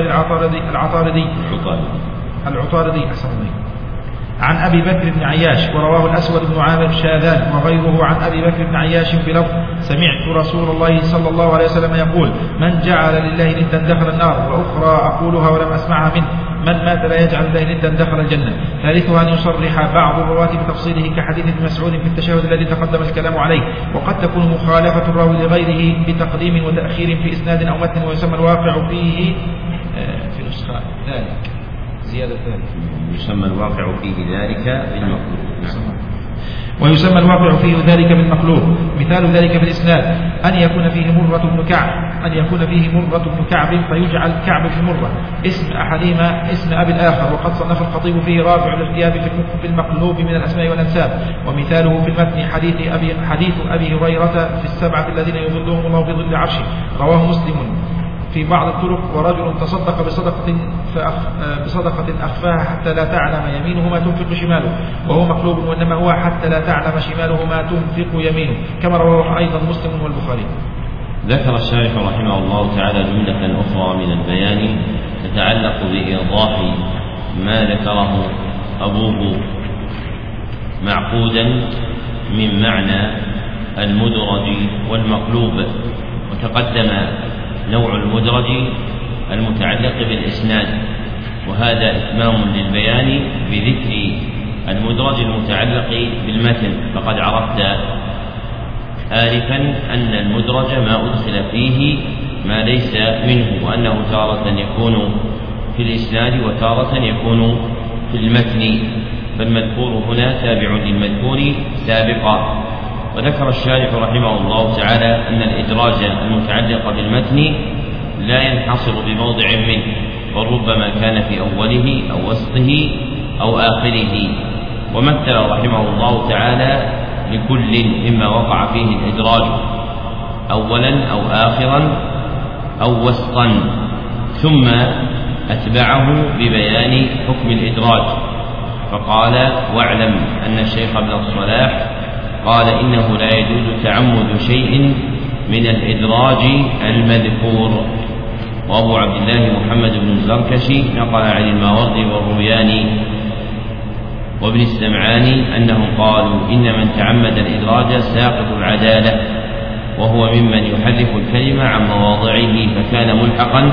العطاردي أحسن الله عن أبي بكر بن عياش. ورواه الأسود بن عامر شاذان وغيره عن أبي بكر بن عياش بلفظ سمعت رسول الله صلى الله عليه وسلم يقول من جعل لله ندا دخل النار وأخرى أقولها ولم أسمعها منه من مات لا يجعل لله ندا دخل الجنة. ثالثها أن يصرح بعض الرواة بتفصيله كحديث ابن مسعود في التشهد الذي تقدم الكلام عليه. وقد تكون مخالفة الراوي لغيره بتقديم وتأخير في إسناد أو متن ويسمى الواقع فيه في نسخة ذلك زيادة ذلك يسمى الواقع فيه ذلك بالمقلوب. ويسمى الواقع فيه ذلك بالمقلوب. مثال ذلك في الإسناد أن يكون فيه مرة بن كعب فيجعل كعب في مرة اسم أحدهما اسم أبي الآخر. وقد صنف الخطيب فيه رابع الاختياب في المقلوب من الأسماء والأنساب. ومثاله في المتن حديث أبي هريرة في السبعة الذين يظلهم الله في ظل عرشه رواه مسلم في بعض الطرق: ورجل تصدق بصدقة أخفاها حتى لا تعلم يمينه ما تنفق شماله، وهو مقلوب، وإنما هو حتى لا تعلم شماله ما تنفق يمينه، كما رواه أيضا مسلم والبخاري. ذكر الشارح رحمه الله تعالى جملة أخرى من البيان تتعلق بإيضاح ما ذكره أبوه معقودا من معنى المدرج والمقلوب. وتقدم نوع المدرج المتعلق بالإسناد، وهذا إتمام للبيان بذكر المدرج المتعلق بالمتن. فقد عرفت آلفا أن المدرج ما أدخل فيه ما ليس منه، وأنه تارة يكون في الإسناد وتارة يكون في المتن، فالمذكور هنا تابع للمذكور سابقا. وذكر الشارح رحمه الله تعالى أن الإدراج المتعلق بالمتن لا ينحصر بموضع منه، وربما كان في أوله أو وسطه أو آخره. ومثل رحمه الله تعالى لكل مما وقع فيه الإدراج أولا أو آخرا أو وسطا، ثم أتبعه ببيان حكم الإدراج، فقال: واعلم أن الشيخ ابن الصلاح قال إنه لا يجوز تعمد شيء من الإدراج المذكور. وأبو عبد الله محمد بن الزركشي نقل عن الماوردي والروياني وابن السمعاني أنهم قالوا إن من تعمد الإدراج ساقط العدالة، وهو ممن يحرف الكلمة عن مواضعه، فكان ملحقا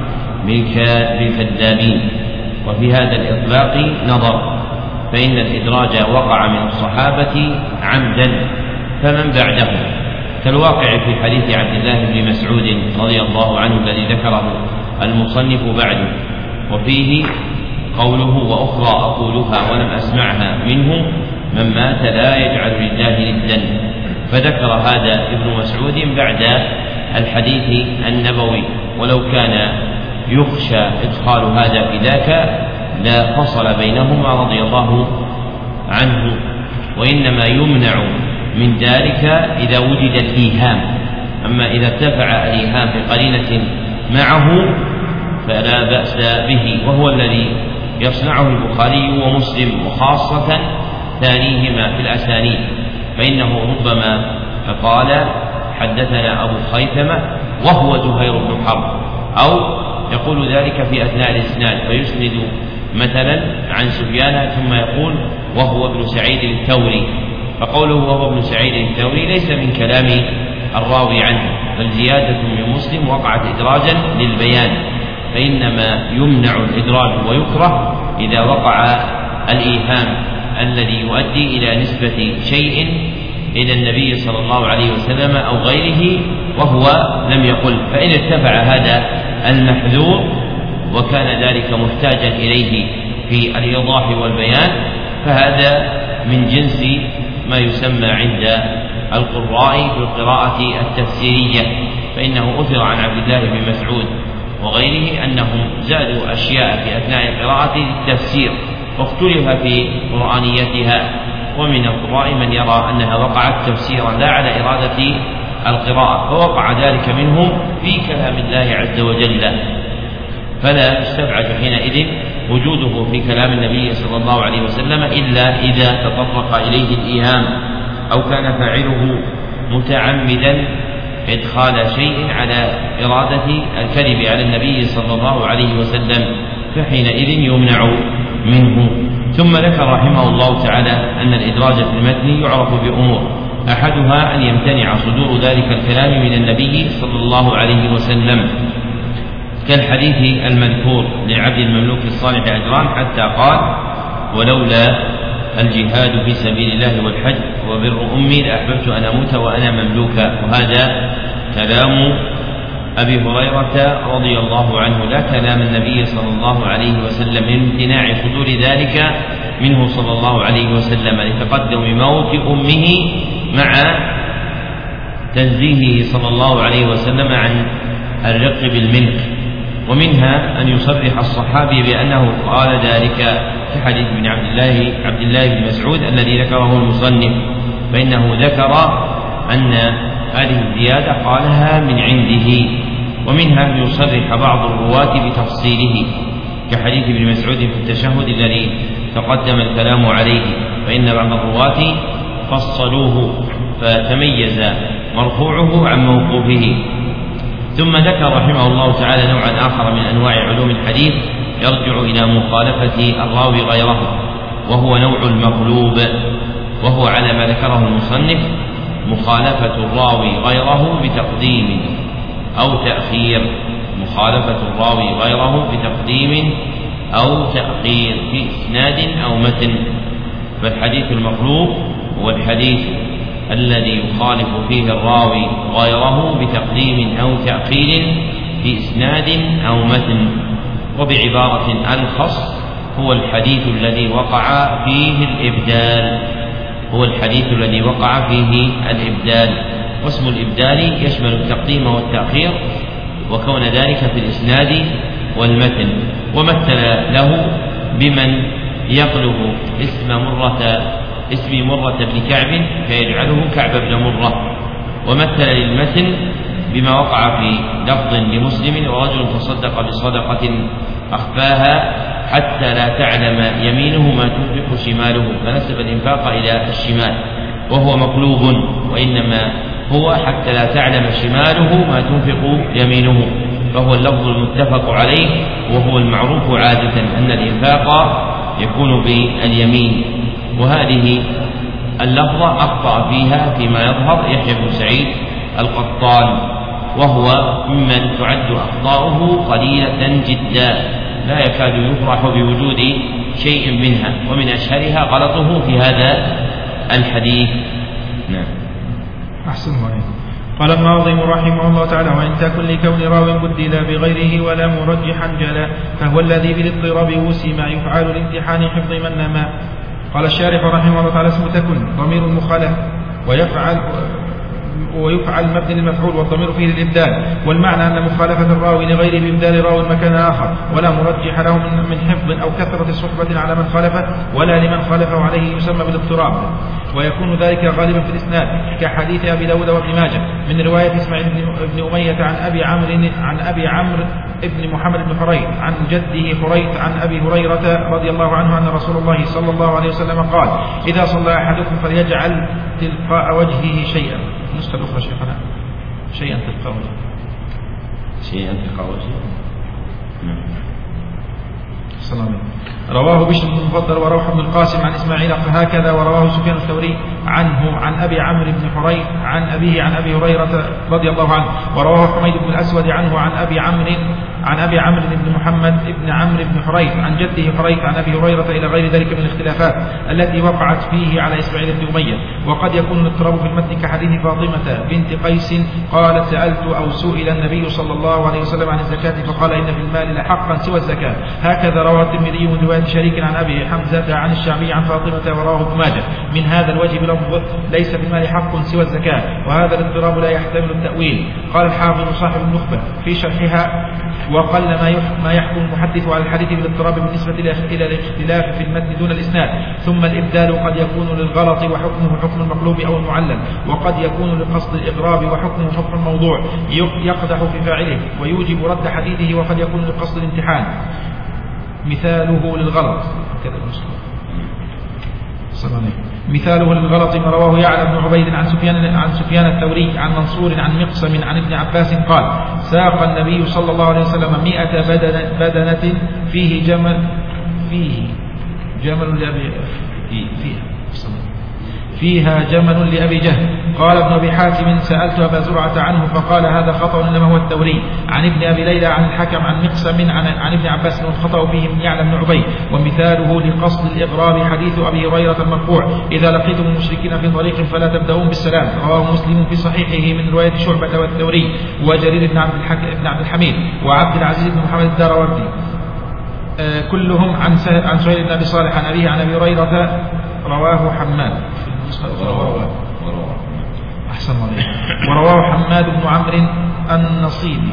بالكذابين. وفي هذا الإطلاق نظر، فإن الإدراج وقع من الصحابة عمدا، فمن بعدهم كالواقع في حديث عبد الله بن مسعود رضي الله عنه الذي ذكره المصنف بعده، وفيه قوله: وأخرى أقولها ولم أسمعها منه من مات لا يجعل لله ندا. فذكر هذا ابن مسعود بعد الحديث النبوي، ولو كان يخشى إدخال هذا في ذاك لا فصل بينهما رضي الله عنه. وإنما يمنع من ذلك إذا وجد الإيهام، أما إذا ارتفع الإيهام بقرينة معه فلا بأس به، وهو الذي يصنعه البخاري ومسلم، وخاصة ثانيهما في الأسانيد، فإنه ربما قال: حدثنا أبو خيثمة وهو زهير بن حرب، أو يقول ذلك في أثناء الإسناد فيسند مثلا عن سفيان ثم يقول: وهو ابن سعيد الثوري، فقوله وهو ابن سعيد الثوري ليس من كلام الراوي عنه، بل زيادة من مسلم وقعت إدراجا للبيان. فإنما يمنع الإدراج ويكره إذا وقع الإيهام الذي يؤدي إلى نسبة شيء إلى النبي صلى الله عليه وسلم أو غيره وهو لم يقل. فإن ارتفع هذا المحذور وكان ذلك محتاجا إليه في الإيضاح والبيان، فهذا من جنس ما يسمى عند القراء بالقراءة التفسيرية، فإنه أثر عن عبد الله بن مسعود وغيره أنهم زادوا أشياء في أثناء القراءة للتفسير، واختلف في قرآنيتها، ومن القراء من يرى أنها وقعت تفسيرا لا على إرادة القراءة، فوقع ذلك منهم في كلام الله عز وجل، فلا يستبعد حينئذ وجوده في كلام النبي صلى الله عليه وسلم إلا إذا تطرق إليه الإيهام، أو كان فاعله متعمدا إدخال شيء على إرادة الكذب على النبي صلى الله عليه وسلم، فحينئذ يمنع منه. ثم ذكر رحمه الله تعالى أن الإدراج في المتن يعرف بأمور، أحدها أن يمتنع صدور ذلك الكلام من النبي صلى الله عليه وسلم، كالحديث المذكور لعبد المملوك الصالح أجران حتى قال: ولولا الجهاد في سبيل الله والحج وبر أمي لأحببت أن أموت وأنا مملوكا. وهذا كلام أبي هريرة رضي الله عنه، لا كلام النبي صلى الله عليه وسلم، من امتناع صدور ذلك منه صلى الله عليه وسلم لتقدم موت أمه مع تنزيهه صلى الله عليه وسلم عن الرق بالملك. ومنها أن يصرح الصحابي بأنه قال ذلك كحديث من عبد الله بن مسعود الذي ذكره المصنف، فإنه ذكر أن هذه الزيادة قالها من عنده، ومنها أن يصرح بعض الرواة بتفصيله كحديث ابن مسعود في التشهد الذي تقدم الكلام عليه، فإن بعض الرواة فصلوه فتميز مرفوعه عن موقوفه. ثم ذكر رحمه الله تعالى نوعا آخر من أنواع علوم الحديث يرجع إلى مخالفة الراوي غيره، وهو نوع المقلوب، وهو على ما ذكره المصنف مخالفة الراوي غيره بتقديم أو تأخير، مخالفة الراوي غيره بتقديم أو تأخير في إسناد أو متن. فالحديث المقلوب هو الحديث الذي يخالف فيه الراوي غيره بتقديم أو تأخير في إسناد أو متن. وبعبارة ألخص هو الحديث الذي وقع فيه الإبدال، هو الحديث الذي وقع فيه الإبدال. واسم الإبدال يشمل التقديم والتأخير وكون ذلك في الإسناد والمتن. ومثل له بمن يقلب اسم مرة بن كعب فيجعله كعب بن مرة. ومثل للمتن بما وقع في لفظ لمسلم ورجل تصدق بصدقة أخفاها حتى لا تعلم يمينه ما تنفق شماله، فنسب الإنفاق إلى الشمال وهو مقلوب، وإنما هو حتى لا تعلم شماله ما تنفق يمينه، فهو اللفظ المتفق عليه وهو المعروف عادة أن الإنفاق يكون باليمين. وهذه اللفظة أخطأ فيها فيما يظهر يحيى بن سعيد القطان، وهو ممن تعد أخطاؤه قليلة جدا لا يكاد يفرح بوجود شيء منها، ومن أشهرها غلطه في هذا الحديث. نعم. أحسن عليك. قال الناظم رحمه الله تعالى: وإن تكن لكون راو بدل بغيره ولا مرجحا جلا، فهو الذي بالاضطراب وسم يفعل لامتحان حفظ من نما. قال الشارح رحمه الله تعالى: اسم تكن ضمير المخالفة ويفعل مبني للمفعول والضمير فيه للإبدال، والمعنى أن مخالفة الراوي لغيره بإبدال راوي مكان آخر، ولا مرجح له من حفظ أو كثرة صحبة على من خالفه ولا لمن خالفه عليه يسمى بالاضطراب. ويكون ذلك غالبا في الإسناد كحديث أبي داود وابن ماجه من رواية إسماعيل بن أمية عن أبي عمرو ابن محمد بن حريث عن جده حريث عن أبي هريرة رضي الله عنه أن رسول الله صلى الله عليه وسلم قال: إذا صلى أحدكم فليجعل تلقاء وجهه شيئا. نسخة أخرى شيخنا شيئا تلقاء وجهه. رواه بشر بن المفضل وروح بن القاسم عن إسماعيل فهكذا، ورواه سفيان الثوري عنه عن أبي عمرو بن حريث عن أبيه عن أبي هريرة رضي الله عنه، ورواه حميد بن الأسود عنه عن أبي عمرو بن محمد بن عمرو بن حريث عن جده حريث عن أبي هريرة إلى غير ذلك من الاختلافات التي وقعت فيه على إسماعيل بن أمية. وقد يكون الاضطراب في المتن كحديث فاطمة بنت قيس قالت: سألت أو سئل النبي صلى الله عليه وسلم عن الزكاة فقال: إن في المال لحقا سوى الزكاة. هكذا رواه الترمذي من رواية شريك عن أبي حمزة عن الشعبي عن فاطمة، ورواه ابن ماجه من هذا الوجه بلفظ: ليس في المال حق سوى الزكاة. وهذا الاضطراب لا يحتمل التأويل. قال الحافظ صاحب النخبة في شرحها: وقل ما يحكم المحدث على الحديث بالاضطراب بالنسبة إلى الاختلاف في المتن دون الإسناد. ثم الإبدال قد يكون للغلط وحكمه حكم المقلوب أو المعلل، وقد يكون لقصد الإغراب وحكمه حكم الموضوع يقدح في فاعله ويوجب رد حديثه، وقد يكون لقصد الامتحان. مثاله للغلط مثاله للغلط ما رواه يعلى بن عبيد عن سفيان الثوري عن منصور عن مقسم عن ابن عباس قال: ساق النبي صلى الله عليه وسلم 100 بدنة فيها جمل لأبي جهل. قال ابن أبي حاتم: سألت أبا زرعة عنه فقال: هذا خطأ إنما هو الثوري. عن ابن أبي ليلى عن الحكم عن مقسم عن ابن عباس والخطأ فيه من يعلى بن عبيد. ومثاله لقصد الإغراب حديث أبي هريرة المرفوع: إذا لقيتم المشركين في طريق فلا تبدأون بالسلام. رواه مسلم في صحيحه من رواية شعبة والثوري وجرير بن عبد الحميد وعبد العزيز بن محمد الداروردي كلهم عن سهيل بن أبي صالح عن أبيه عن أبي هريرة. رواه حماد أحسن عليه. ورواه حماد بن عمرو النصيبي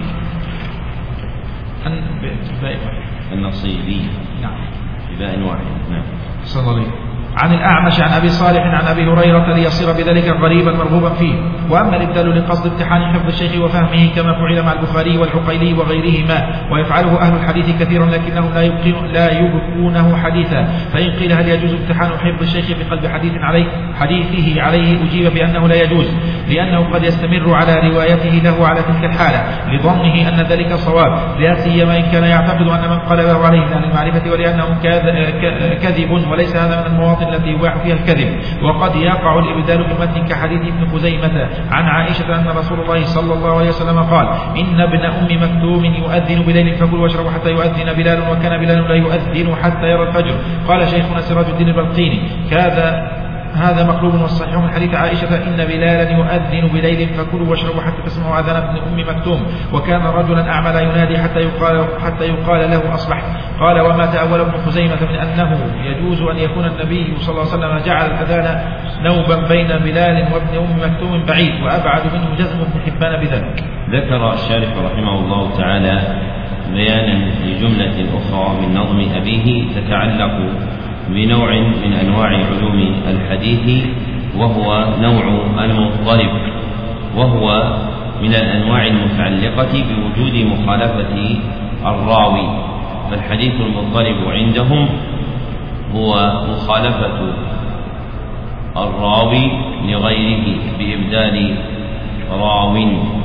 النصيبي نعم بباء واحد. نعم أحسن عليه. عن الأعمش عن أبي صالح عن أبي هريرة ليصير بذلك غريبا مرغوبا فيه. وأما الإبدال لقصد امتحان حفظ الشيخ وفهمه كما فعل مع البخاري والعقيلي وغيرهما ويفعله أهل الحديث كثيرا لكنهم لا يبقونه حديثا. فإن قيل هل يجوز امتحان حفظ الشيخ بقلب حديثه عليه أجيب بأنه لا يجوز، لأنه قد يستمر على روايته له على تلك الحالة لظنه أن ذلك صواب، لا سيما إن كان يعتقد أن من قلبه عليه من المعرفة، ولأنه كذب وليس هذا من المواطن التي يباح فيها الكذب. وقد يقع الإبدال بمتن كحديث ابن خزيمة عن عائشة أن رسول الله صلى الله عليه وسلم قال: إن ابن أم مكتوم يؤذن بليل فكل واشرب حتى يؤذن بلال، وكان بلال لا يؤذن حتى يرى الفجر. قال شيخنا سراج الدين البلقيني: هذا مقلوب، والصحيح من حديث عائشة: إن بلالا يؤذن بليل فكلوا واشربوا حتى تسمعوا أذان ابن أم مكتوم، وكان رجلا أعمى لا ينادي حتى يقال له أصبحت. قال: وما تأول ابن خزيمة من أنه يجوز أن يكون النبي صلى الله عليه وسلم جعل الأذان نوبا بين بلال وابن أم مكتوم بعيد، وأبعد منه جزم ابن حبان بذلك. ذكر الشارح رحمه الله تعالى بيانا لجملة أخرى من نظم أبيه تتعلق بنوع من أنواع علوم الحديث، وهو نوع المضطرب، وهو من الأنواع المتعلقة بوجود مخالفة الراوي. فالحديث المضطرب عندهم هو مخالفة الراوي لغيره بإبدال راو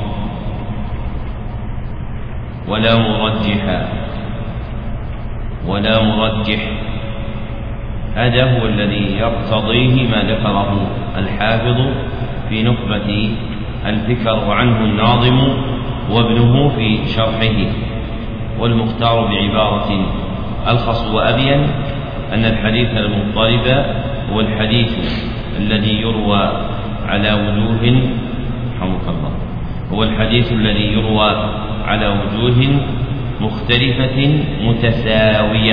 ولا مرجح. هذا هو الذي يقتضيه ما ذكره الحافظ في نخبة الفكر وعنه الناظم وابنه في شرحه. والمختار بعبارة ألخص وأبين أن الحديث المضطرب هو الحديث الذي يروى على وجوه على وجوه مختلفة متساوية،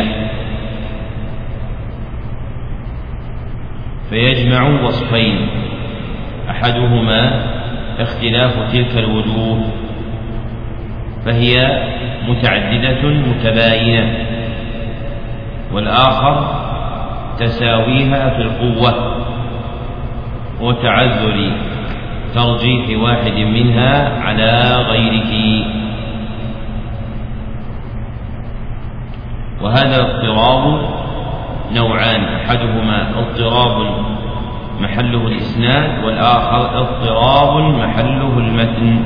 فيجمع وصفين: أحدهما اختلاف تلك الوجوه فهي متعددة متباينة، والآخر تساويها في القوة وتعذر ترجيح واحد منها على غيره. وهذا الاضطراب نوعان: أحدهما اضطراب محله الإسناد، والآخر اضطراب محله المتن.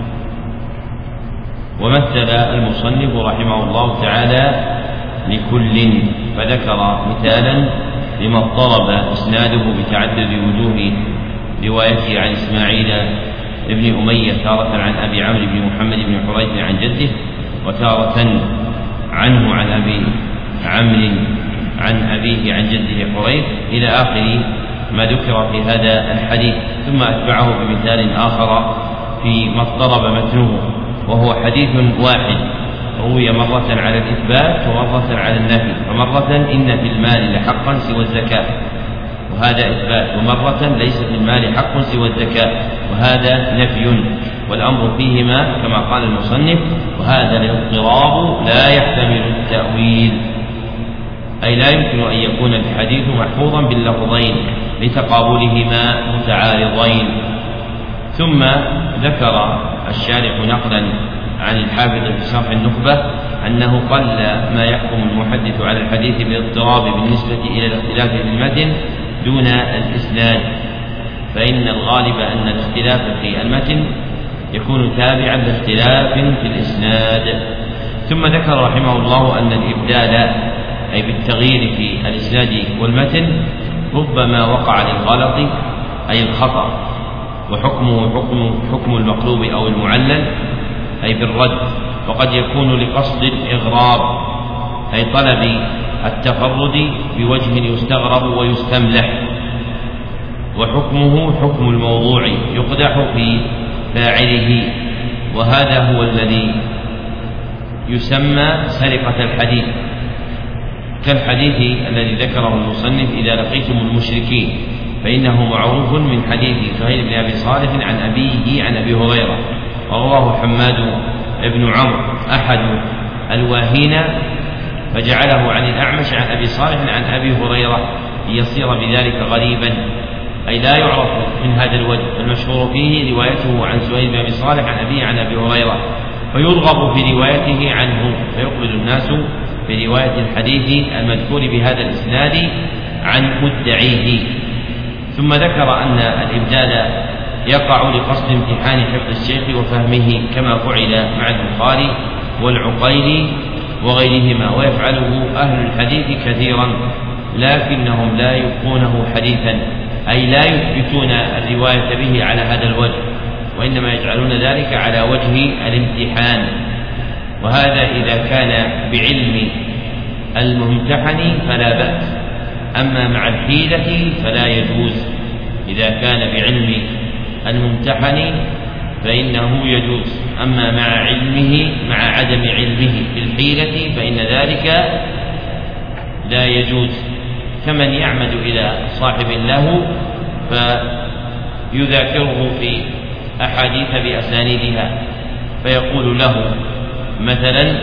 ومثل المصنف رحمه الله تعالى لكل، فذكر مثالا لما اضطرب إسناده بتعدد وجوه روايته عن إسماعيل ابن أمية تارة عن أبي عمرو بن محمد بن حريث عن جده، وتارة عنه عن أبي عمرو عن أبيه عن جده حريث، إلى آخر ما ذكر في هذا الحديث. ثم أتبعه بمثال آخر في ما اضطرب متنه، وهو حديث واحد روي مرة على الإثبات ومرة على النفي، فمرة إن في المال لحقا سوى الزكاة وهذا إثبات، ومرة ليس في المال حق سوى الزكاة وهذا نفي، والأمر فيهما كما قال المصنف: وهذا الاضطراب لا يحتمل التأويل، أي لا يمكن أن يكون الحديث محفوظا باللفظين لتقابلهما متعارضين. ثم ذكر الشارح نقلا عن الحافظ في شرح النخبة أنه قل ما يحكم المحدث على الحديث بالاضطراب بالنسبة إلى الاختلاف في المتن دون الإسناد، فإن الغالب أن الاختلاف في المتن يكون تابعا لاختلاف في الإسناد. ثم ذكر رحمه الله أن الإبدال أي بالتغيير في الإسناد والمتن ربما وقع للغلط أي الخطأ، وحكمه حكم المقلوب أو المعلل أي بالرد، وقد يكون لقصد الإغراب أي طلب التفرد بوجه يستغرب ويستملح، وحكمه حكم الموضوع يقدح في فاعله، وهذا هو الذي يسمى سرقة الحديث، كالحديث الذي ذكره المصنف: إذا لقيتم المشركين، فإنه معروف من حديث سهيل بن أبي صالح عن أبيه عن أبي هريرة، ورواه حماد بن عمرو أحد الواهين فجعله عن الأعمش عن أبي صالح عن أبي هريرة، ليصير بذلك غريبا، أي لا يعرف من هذا الوجه. المشهور فيه روايته عن سهيل بن أبي صالح عن أبيه عن أبي هريرة، فيرغب في روايته عنه، فيقبل الناس في رواية الحديث المذكور بهذا الإسناد عن مدعيه. ثم ذكر أن الإبدال يقع لقصد امتحان حفظ الشيخ وفهمه كما فعل مع البخاري والعقيلي وغيرهما، ويفعله أهل الحديث كثيرا، لكنهم لا يبقونه حديثا، أي لا يثبتون الرواية به على هذا الوجه، وإنما يجعلون ذلك على وجه الامتحان. وهذا إذا كان بعلم الممتحن فلا بأس، أما مع الحيلة فلا يجوز. إذا كان بعلم الممتحن فإنه يجوز، أما مع علمه مع عدم علمه بالحيلة فإن ذلك لا يجوز. كمن يعمد إلى صاحب له فيذاكره في أحاديث بأسانيدها، فيقول له مثلا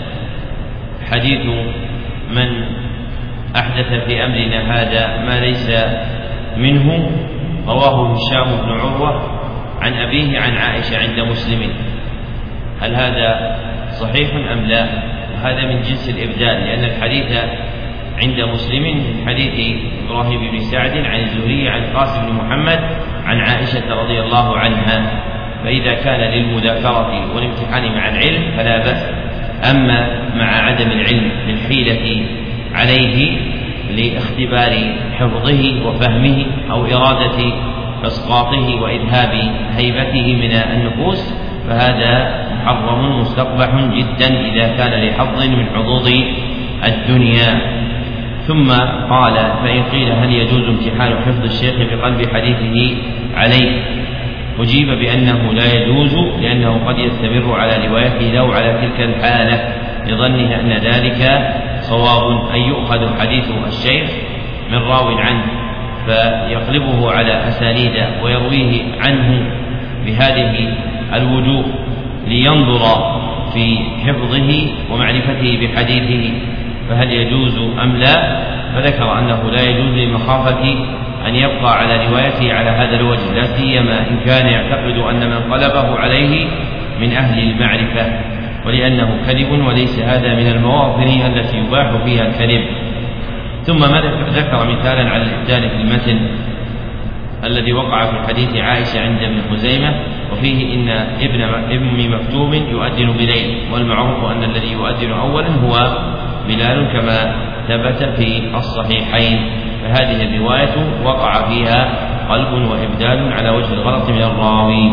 حديث من أحدث في أمرنا هذا ما ليس منه رواه هشام بن عروة عن أبيه عن عائشة عند مسلم، هل هذا صحيح أم لا؟ وهذا من جنس الإبدال، لأن الحديث عند مسلم من حديث إبراهيم بن سعد عن الزهري عن قاسم بن محمد عن عائشة رضي الله عنها، فإذا كان للمذاكرة والامتحان مع العلم فلا بأس. أما مع عدم العلم للحيلة عليه لاختبار حفظه وفهمه أو إرادة إسقاطه وإذهاب هيبته من النفوس، فهذا محرم مستقبح جدا إذا كان لحظ من حظوظ الدنيا. ثم قال: فإن قيل هل يجوز امتحان حفظ الشيخ بقلب حديثه عليه؟ أجيب بأنه لا يجوز، لأنه قد يستمر على روايته لو على تلك الحالة لظنه أن ذلك صواب، أن يؤخذ حديث الشيخ من راو عنه فيقلبه على أسانيد ويرويه عنه بهذه الوجوه لينظر في حفظه ومعرفته بحديثه، فهل يجوز أم لا؟ فذكر أنه لا يجوز لمخافة أن يبقى على روايته على هذا الوجه، لا سيما إن كان يعتقد أن من قلبه عليه من أهل المعرفة، ولأنه كذب وليس هذا من المواطن التي يباح فيها الكذب. ثم ذكر مثالا على الإبدال في المتن الذي وقع في حديث عائشة عند ابن خزيمة، وفيه إن ابن مكتوم يؤذن بليل، والمعروف أن الذي يؤذن أولا هو بلال كما ثبت في الصحيحين، فهذه الرواية وقع فيها قلب وإبدال على وجه الغلط من الراوي.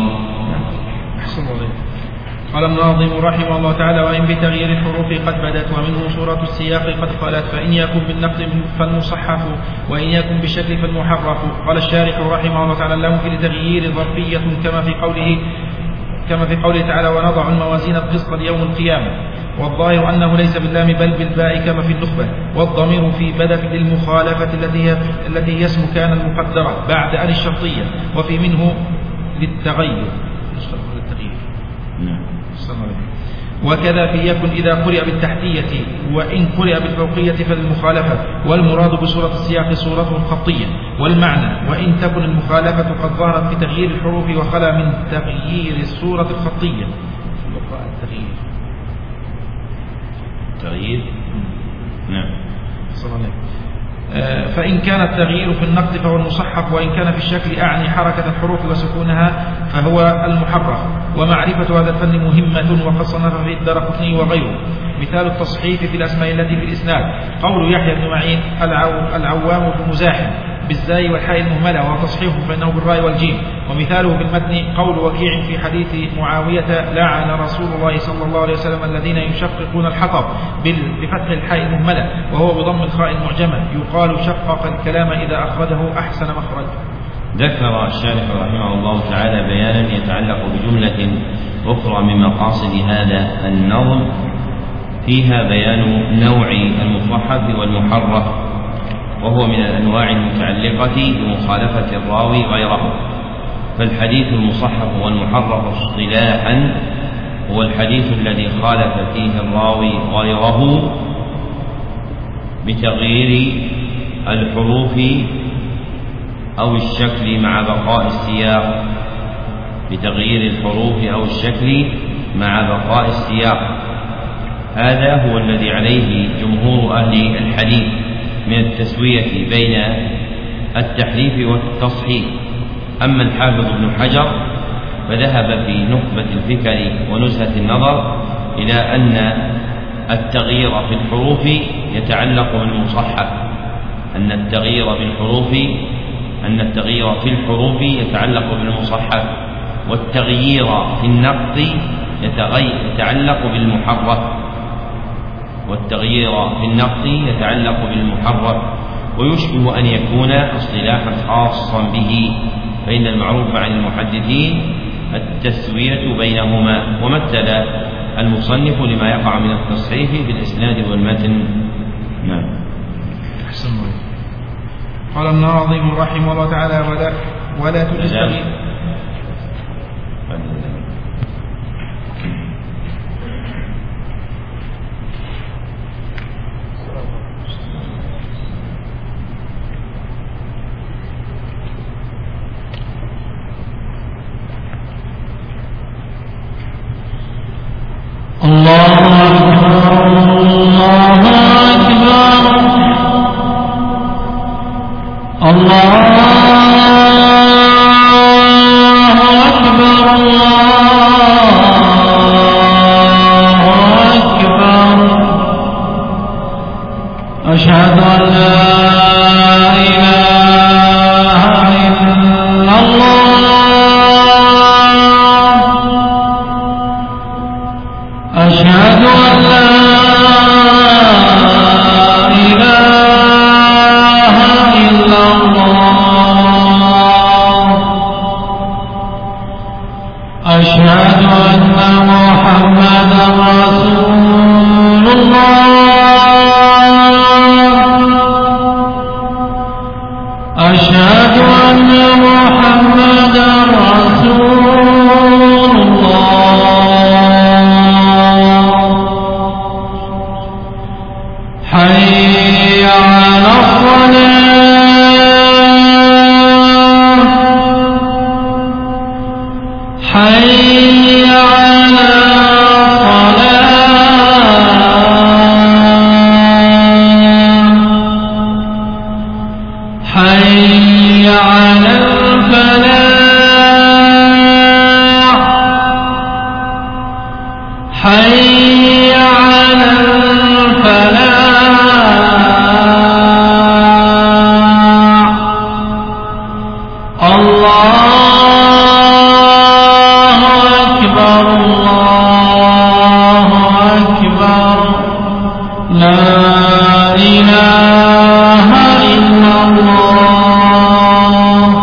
قال الناظم رحمه الله تعالى: وإن بتغيير الحروف قد بدت ومنه صورة السياق قد خلت، فإن يكن بالنقد فالمصحف وإن يكن بالشكل فالمحرف. قال الشارح رحمه الله تعالى: اللام في التغيير ظرفية كما في قوله تعالى: ونضع الموازين القسط ليوم القيامة. والظاهر أنه ليس باللام بل بالباء كما في النخبة. والضمير في بدت للمخالفة التي هي اسم كان المقدرة بعد أن الشرطية، وفي منه للتغير. وكذا في يكن إذا قرئ بالتحتية، وإن قرئ بالفوقية فللمخالفة، والمراد بصورة السياق صورته خطية. والمعنى: وإن تكن المخالفة قد ظهرت في تغيير الحروف وخلا من تغيير الصورة الخطية. تغيير نعم. فإن كان التغيير في النقد فهو المصحف، وإن كان في الشكل أعني حركة الحروف وسكونها فهو المحرف. ومعرفة هذا الفن مهمة، وقد صنف في الدرقطني وغيره. مثال التصحيف في الأسماء التي في الإسناد قول يحيى بن معين: العوام في مزاحم بالزاي والحاء المهملة، وهو تصحيح فإنه بالراء والجيم. ومثاله في المتن قول وكيع في حديث معاوية: لعن رسول الله صلى الله عليه وسلم الذين يشققون الحطب بفتح الحاء المهملة، وهو بضم الخاء المعجمة، يقال شقق الكلام إذا أخرجه أحسن مخرج. ذكر الشارح رحمه الله تعالى بيانا يتعلق بجملة أخرى من مقاصد هذا النظم، فيها بيان نوع المصحف والمحرف، وهو من الأنواع المتعلقة بمخالفة الراوي غيره. فالحديث المصحف والمحرف اصطلاحا هو الحديث الذي خالف فيه الراوي غيره بتغيير الحروف أو الشكل مع بقاء السياق، بتغيير الحروف أو الشكل مع بقاء السياق. هذا هو الذي عليه جمهور أهل الحديث من التسوية بين التحريف والتصحيح. أما الحافظ ابن حجر فذهب في نخبة الفكر ونزهة النظر إلى أن التغيير في الحروف يتعلق بالمصحف، أن التغيير في الحروف يتعلق بالمصحف، والتغيير في النقط يتعلق بالمحرف، ويشبه أن يكون اصطلاحا خاصا به، فإن المعروف عن المحدثين التسوية بينهما. ومثل المصنف لما يقع من التصحيح في الإسناد والمتن. نعم. قال الناظم رحمه الله تعالى: ولا تستغيث. الله أكبر الله أكبر الله أكبر الله أكبر أشهد أن لا إله إلا الله أشهد أن لا إله إلا الله أشهد أن محمدا رسول الله أشهد أن محمدا رسول الله حي على الصلاة حي على الصلاة حي على الفلاح حي على الفلاح الله أكبر الله أكبر لا إله إلا الله.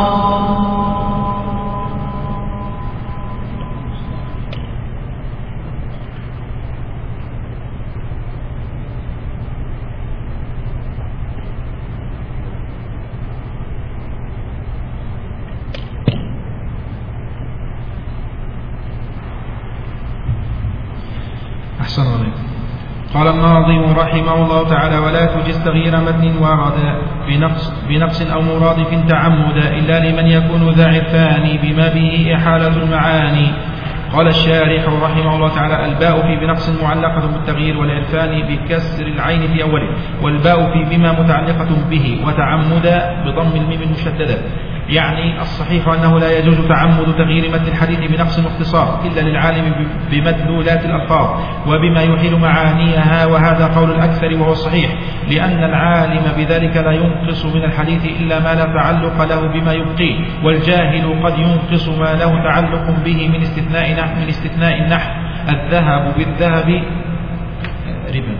أحسن عليك. قال الناظم رحمه الله تعالى: ولا تجز تغيير متن ورد بنقص أو مرادف تعمدا إلا لمن يكون ذا عرفان بما به إحالة المعاني. قال الشارح رحمه الله تعالى: الباء في بنقص معلقة بالتغيير، والعرفان بكسر العين في أوله، والباء في بما متعلقة به، وتعمدا بضم الميم المشددة. يعني الصحيح أنه لا يجوز تعمد تغيير متن الحديث بنقص واختصار إلا للعالم بمدلولات الألفاظ وبما يحيل معانيها، وهذا قول الأكثر وهو الصحيح، لأن العالم بذلك لا ينقص من الحديث إلا ما لا تعلق له بما يبقيه، والجاهل قد ينقص ما له تعلق به من استثناء النحو: الذهب بالذهب ربا،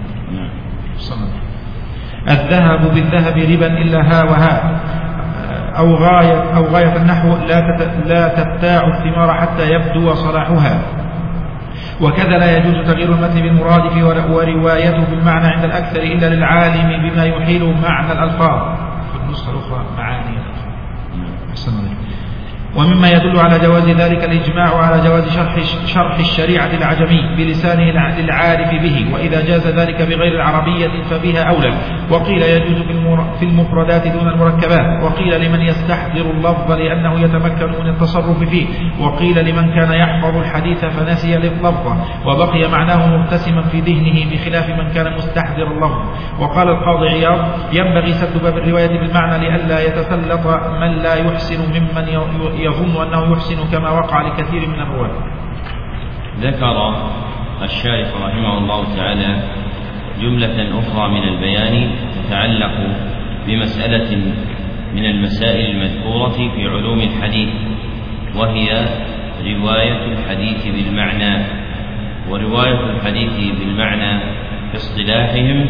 الذهب بالذهب ربا إلا ها وها، أو غاية النحو: لا تبتاع الثمار حتى يبدو صلاحها. وكذا لا يجوز تغيير المتن بالمرادف وروايته بالمعنى عند الأكثر إلا للعالم بما يحيل معنى الألفاظ. في النسخة الأخرى معاني الألفاظ. ومما يدل على جواز ذلك الإجماع على جواز شرح الشريعة العجمي بلسانه للعارف به، وإذا جاز ذلك بغير العربية فبها أولى. وقيل يجوز في المفردات دون المركبات، وقيل لمن يستحضر اللفظ لأنه يتمكن من التصرف فيه، وقيل لمن كان يحفظ الحديث فنسي اللفظ وبقي معناه مرتسما في ذهنه بخلاف من كان مستحضر اللفظ. وقال القاضي عياض: ينبغي سد باب الرواية بالمعنى لئلا يتسلط من لا يحسن ممن يظن أنه يحسن كما وقع لكثير من الرواة. ذكر الشارح رحمه الله تعالى جملة أخرى من البيان تتعلق بمسألة من المسائل المذكورة في علوم الحديث، وهي رواية الحديث بالمعنى. ورواية الحديث بالمعنى في اصطلاحهم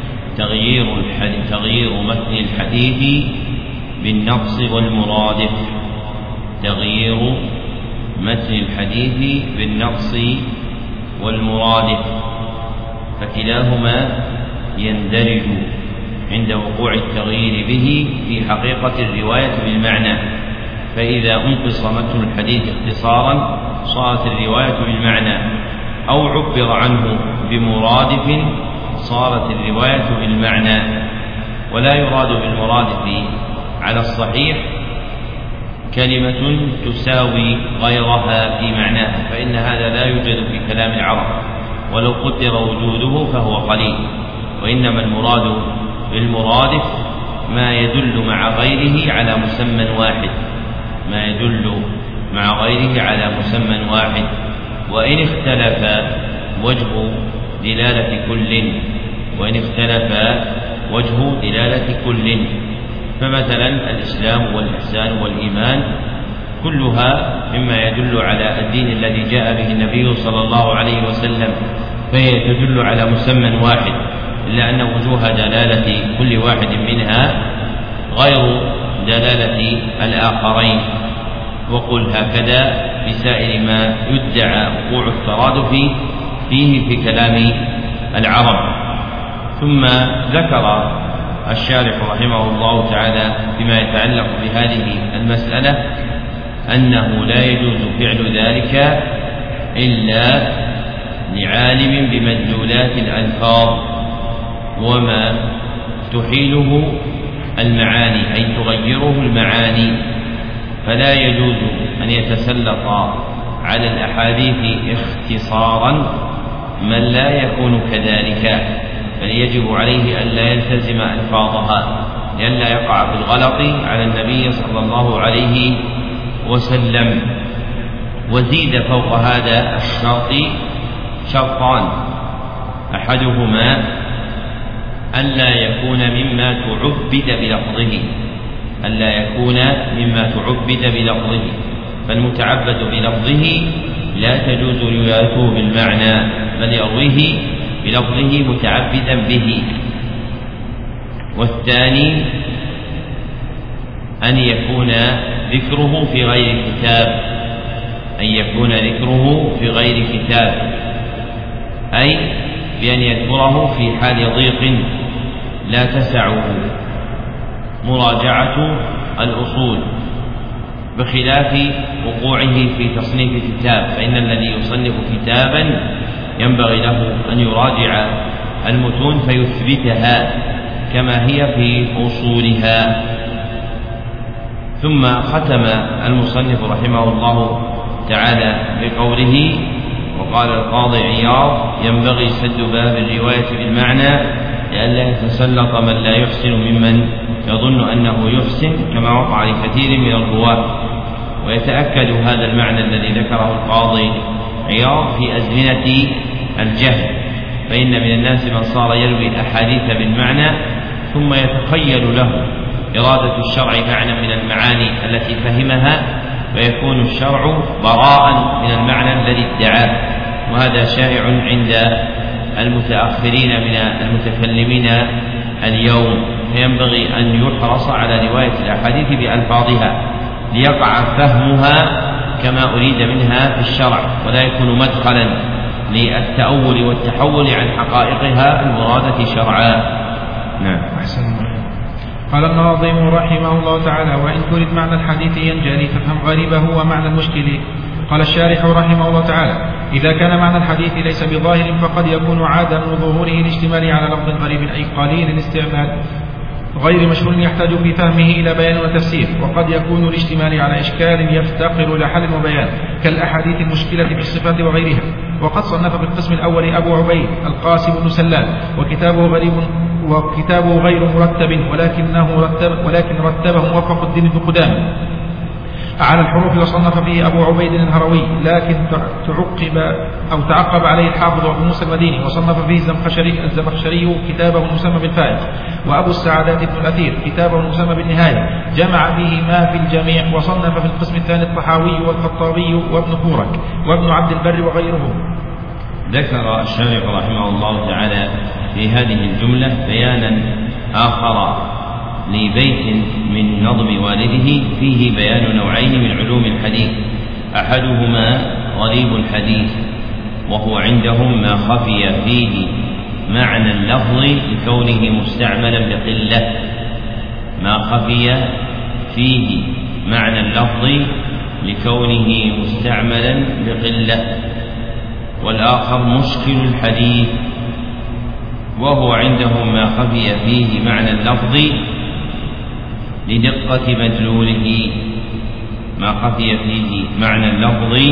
تغيير متن الحديث بالنقص والمرادف، تغيير متن الحديث بالنقص والمرادف، فكلاهما يندرج عند وقوع التغيير به في حقيقة الرواية بالمعنى. فإذا انقص متن الحديث اختصارا صارت الرواية بالمعنى، أو عبر عنه بمرادف صارت الرواية بالمعنى. ولا يراد بالمرادف على الصحيح كلمة تساوي غيرها في معناها، فإن هذا لا يوجد في كلام العرب، ولو قدر وجوده فهو قليل. وإنما المراد بالمرادف ما يدل مع غيره على مسمى واحد، ما يدل مع غيره على مسمى واحد، وإن اختلف وجه دلالة كل، فمثلا الإسلام والإحسان والإيمان كلها مما يدل على الدين الذي جاء به النبي صلى الله عليه وسلم، فهي تدل على مسمى واحد، إلا أن وجوه دلالة كل واحد منها غير دلالة الآخرين. وقل هكذا بسائر ما يدعى وقوع الترادف فيه في كلام العرب. ثم ذكر الشارح رحمه الله تعالى فيما يتعلق بهذه المسألة أنه لا يجوز فعل ذلك إلا لعالم بمدلولات الألفاظ وما تحيله المعاني، أي تغيره المعاني. فلا يجوز أن يتسلط على الأحاديث اختصارا من لا يكون كذلك، بل يجب عليه أن لا يلتزم ألفاظها لئلا يقع بالغلط على النبي صلى الله عليه وسلم. وزيد فوق هذا الشرط شرطان: أحدهما ألا يكون مما تعبد بلفظه، فالمتعبد بلفظه لا تجوز روايته بالمعنى، بل يرويه بلفظه متعبدا به. والثاني أن يكون ذكره في غير كتاب، أي بأن يذكره في حال ضيق لا تسعه مراجعة الأصول، بخلاف وقوعه في تصنيف كتاب، فإن الذي يصنف كتابا ينبغي له أن يراجع المتون فيثبتها كما هي في أصولها. ثم ختم المصنف رحمه الله تعالى بقوله: وقال القاضي عياض: ينبغي سد باب الرواية بالمعنى لئلا يتسلط من لا يحسن ممن يظن أنه يحسن كما وقع لكثير من الرواة. ويتأكد هذا المعنى الذي ذكره القاضي عياض في أزمنة الجهل، فإن من الناس من صار يروي الأحاديث بالمعنى ثم يتخيل له إرادة الشرع معنى من المعاني التي فهمها، فيكون الشرع براء من المعنى الذي ادعاه. وهذا شائع عند المتأخرين من المتكلمين اليوم، فينبغي أن يحرص على رواية الأحاديث بألفاظها ليقع فهمها كما أريد منها في الشرع، ولا يكون مدخلا للتأول والتحول عن حقائقها المرادة شرعا. نعم. أحسن. قال الناظم رحمه الله تعالى: وإن ترد معنى الحديث ينجلي فافهم غريبه ومعنى المشكل. قال الشارح رحمه الله تعالى: إذا كان معنى الحديث ليس بظاهر فقد يكون عدم ظهوره الاشتمال على لفظ غريب أي قليل الاستعمال غير مشهور يحتاج في فهمه إلى بيان وتفسير، وقد يكون الاشتمال على إشكال يفتقر إلى حل وبيان كالأحاديث المشكلة في الصفات وغيرها. وقد صنف في القسم الأول أبو عبيد القاسم بن سلام وكتابه غير مرتب ولكن رتبه موفق الدين بن قدامة على الحروف، وصنف فيه أبو عبيد الهروي لكن تعقب عليه الحافظ أبو موسى المديني، وصنف فيه الزمخشري كتابه المسمى بالفائق، وأبو السعادات بن الأثير كتابه المسمى بالنهاية، جمع فيه ما في الجميع. وصنف في القسم الثاني الطحاوي والخطابي وابن فورك وابن عبد البر وغيرهم. ذكر الشارح رحمه الله تعالى في هذه الجملة بيانا آخر لبيت من نظم والده فيه بيان نوعين من علوم الحديث: أحدهما غريب الحديث، وهو عندهم ما خفي فيه معنى اللفظ لكونه مستعملا بقلة، ما خفي فيه معنى اللفظ لكونه مستعملا بقلة. والآخر مشكل الحديث، وهو عندهم ما خفي فيه معنى اللفظ لدقة مدلوله، ما خفي فيه معنى اللفظ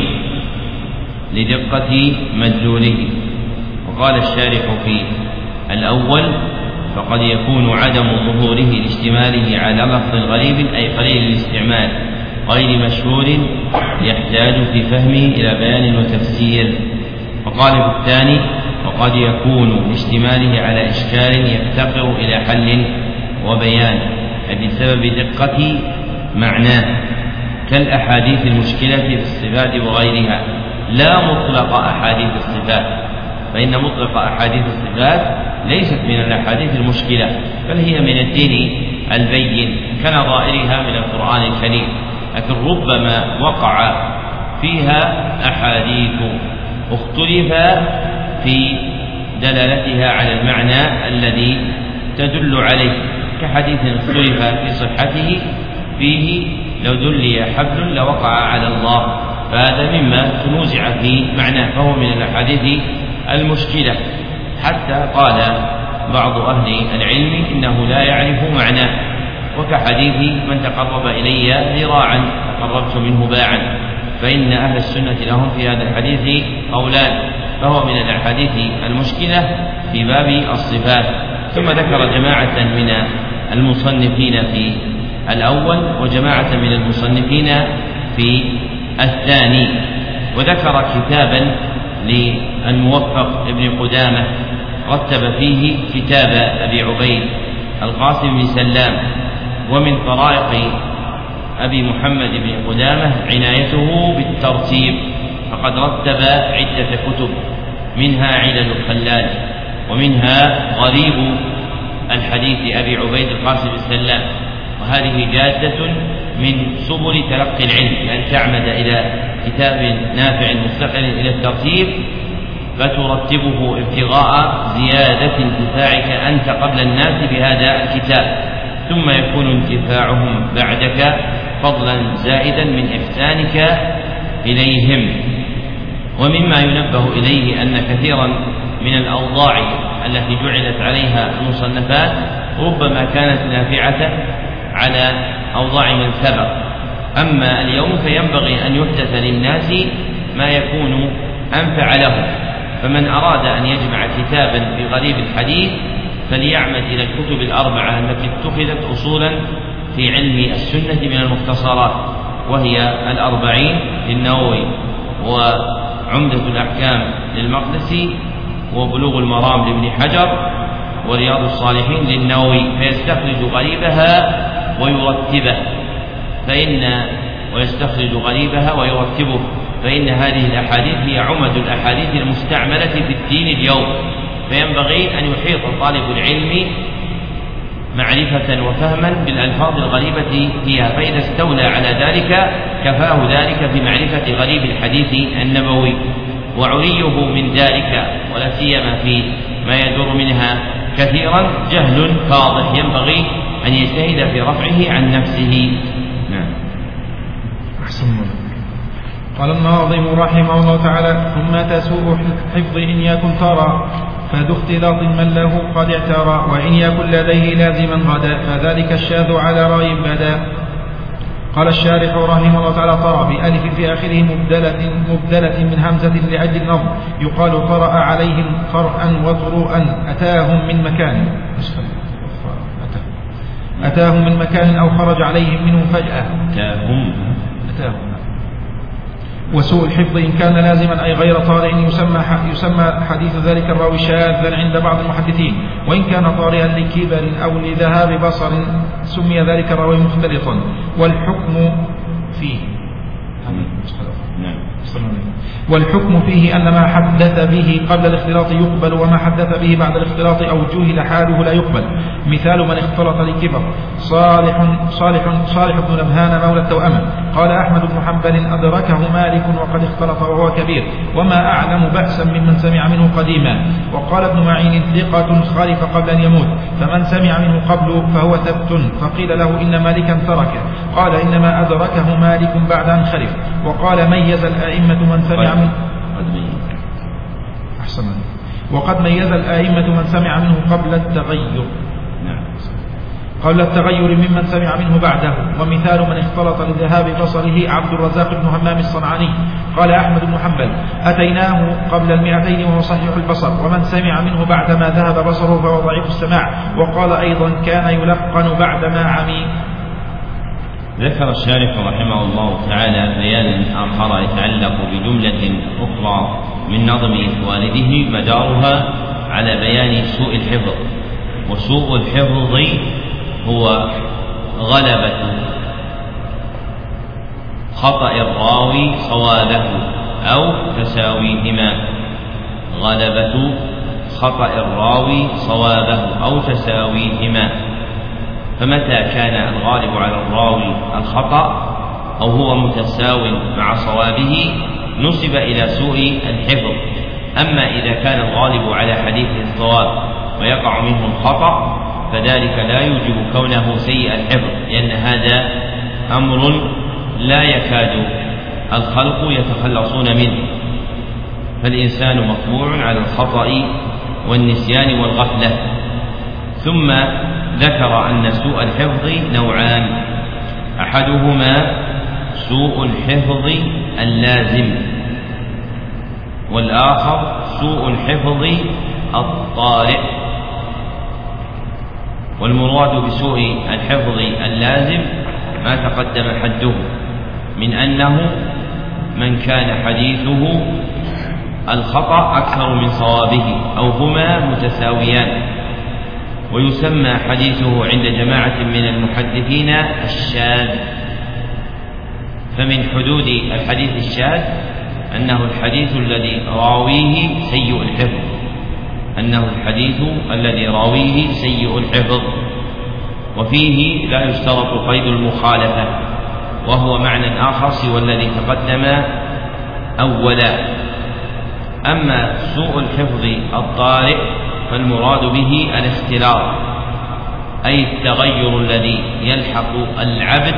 لدقة مدلوله. وقال الشارح في الأول: فقد يكون عدم ظهوره لاشتماله على لفظ غريب أي قليل الاستعمال غير مشهور يحتاج في فهمه إلى بيان وتفسير. وقال في الثاني: وقد يكون لاشتماله على إشكال يفتقر إلى حل وبيان بسبب دقة معناه كالأحاديث المشكلة في الصفات وغيرها، لا مطلق أحاديث الصفات، فإن مطلق أحاديث الصفات ليست من الأحاديث المشكلة، بل هي من الدين البين كنظائرها من القرآن الكريم، لكن ربما وقع فيها أحاديث اختلف في دلالتها على المعنى الذي تدل عليه، كحديث اختلف في صحته فيه لو دلي حبل لوقع على الله، فهذا مما تنوزع في معناه، فهو من الأحاديث المشكلة، حتى قال بعض أهل العلم إنه لا يعرف معناه، وكحديث من تقرب إلي ذراعا تقربت منه باعا، فإن أهل السنة لهم في هذا الحديث قولان، فهو من الأحاديث المشكلة في باب الصفات. ثم ذكر جماعة من المصنفين في الأول وجماعة من المصنفين في الثاني، وذكر كتابا للموفق ابن قدامة رتب فيه كتاب أبي عبيد القاسم بن سلام. ومن طرائق أبي محمد بن قدامة عنايته بالترتيب، فقد رتب عدة كتب، منها علل الخلال، ومنها غريب الحديث أبي عبيد القاسم بن سلام. وهذه جادة من سبل تلقي العلم، بأن تعمد إلى كتاب نافع مستقل إلى الترتيب فترتبه ابتغاء زيادة انتفاعك أنت قبل الناس بهذا الكتاب، ثم يكون انتفاعهم بعدك فضلا زائدا من إحسانك إليهم. ومما ينبه إليه أن كثيرا من الأوضاع التي جعلت عليها المصنفات ربما كانت نافعة على أوضاع من سبق، أما اليوم فينبغي أن يحدث للناس ما يكون أنفع لهم، فمن أراد أن يجمع كتابا في غريب الحديث فليعمد إلى الكتب الأربعة التي اتخذت أصولا في علم السنة من المختصرات، وهي الأربعين للنووي، وعمدة الأحكام للمقدسي، وبلوغ المرام لابن حجر، ورياض الصالحين للنووي، فيستخرج غريبها ويرتبه فإن هذه الأحاديث هي عمد الأحاديث المستعملة في الدين اليوم، فينبغي أن يحيط طالب العلم معرفة وفهما بالألفاظ الغريبة فيها، فإذا استولى على ذلك كفاه ذلك في معرفة غريب الحديث النبوي. وعريه من ذلك ولا سيما في ما يدور منها كثيرا جهل فاضح، ينبغي أن يجتهد في رفعه عن نفسه. نعم. أحسن. قال الناظم رحمه الله تعالى: ثم تسوء حفظ إن يكن ترى فذو اختلاط من له قد اعترى، وإن يكن لديه لازما غدا فذلك الشاذ على رأي بدا. قال الشارح رحمه الله تعالى: طرى بألف في آخره مبدلة من همزة لأجل النظم، يقال طرأ عليهم طرأا وطروءا أتاهم من مكان أو خرج عليهم منه فجأة. أتاهم. وسوء الحفظ إن كان لازما أي غير طارئ يسمى حديث ذلك الراوي شاذا عند بعض المحدثين، وإن كان طارئا لكبر أو لذهاب بصر سمي ذلك الراوي مختلطا. والحكم فيه أن ما حدث به قبل الاختلاط يقبل، وما حدث به بعد الاختلاط أو جهل حاله لا يقبل. مثال من اختلط لكبر: صالح بن نبهان مولى التوأمة. قال أحمد بن حنبل: أدركه مالك وقد اختلط وهو كبير، وما أعلم بأسا ممن سمع منه قديما. وقال ابن معين: ثقة خالف قبل أن يموت، فمن سمع منه قبل فهو ثبت. فقيل له: إن مالكا تركه. قال: إنما أدركه مالك بعد أن خلف. وقال: ميز الأئمة من سمع منه وقد ميز الأئمة من سمع منه قبل التغير ممن سمع منه بعده. ومثال من اختلط لذهاب بصره عبد الرزاق بن همام الصنعاني. قال أحمد بن حنبل: أتيناه قبل 200 وهو صحيح البصر، ومن سمع منه بعدما ذهب بصره فهو ضعيف السماع. وقال أيضا: كان يلقن بعدما عمي. ذكر الشارح رحمه الله تعالى بيانا آخر يتعلق بجملة أخرى من نظم والده مدارها على بيان سوء الحفظ. وسوء الحفظ هو غلبة خطأ الراوي صوابه أو تساويهما. غلبة خطأ الراوي صوابه أو تساويهما. فمتى كان الغالب على الراوي الخطأ أو هو متساو مع صوابه نسب إلى سوء الحفظ. أما إذا كان الغالب على حديثه الصواب ويقع منه الخطأ فذلك لا يوجب كونه سيء الحفظ، لأن هذا أمر لا يكاد الخلق يتخلصون منه، فالإنسان مطبوع على الخطأ والنسيان والغفلة. ثم ذكر أن سوء الحفظ نوعان: أحدهما سوء الحفظ اللازم، والآخر سوء الحفظ الطارئ. والمراد بسوء الحفظ اللازم ما تقدم حده من أنه من كان حديثه الخطأ أكثر من صوابه أو هما متساويان. ويسمى حديثه عند جماعة من المحدثين الشاذ. فمن حدود الحديث الشاذ أنه الحديث الذي راويه سيء الحفظ، وفيه لا يشترط قيد المخالفة، وهو معنى آخر سوى الذي تقدم أولا. أما سوء الحفظ الطارئ فالمراد به الاختلاط، أي التغير الذي يلحق العبد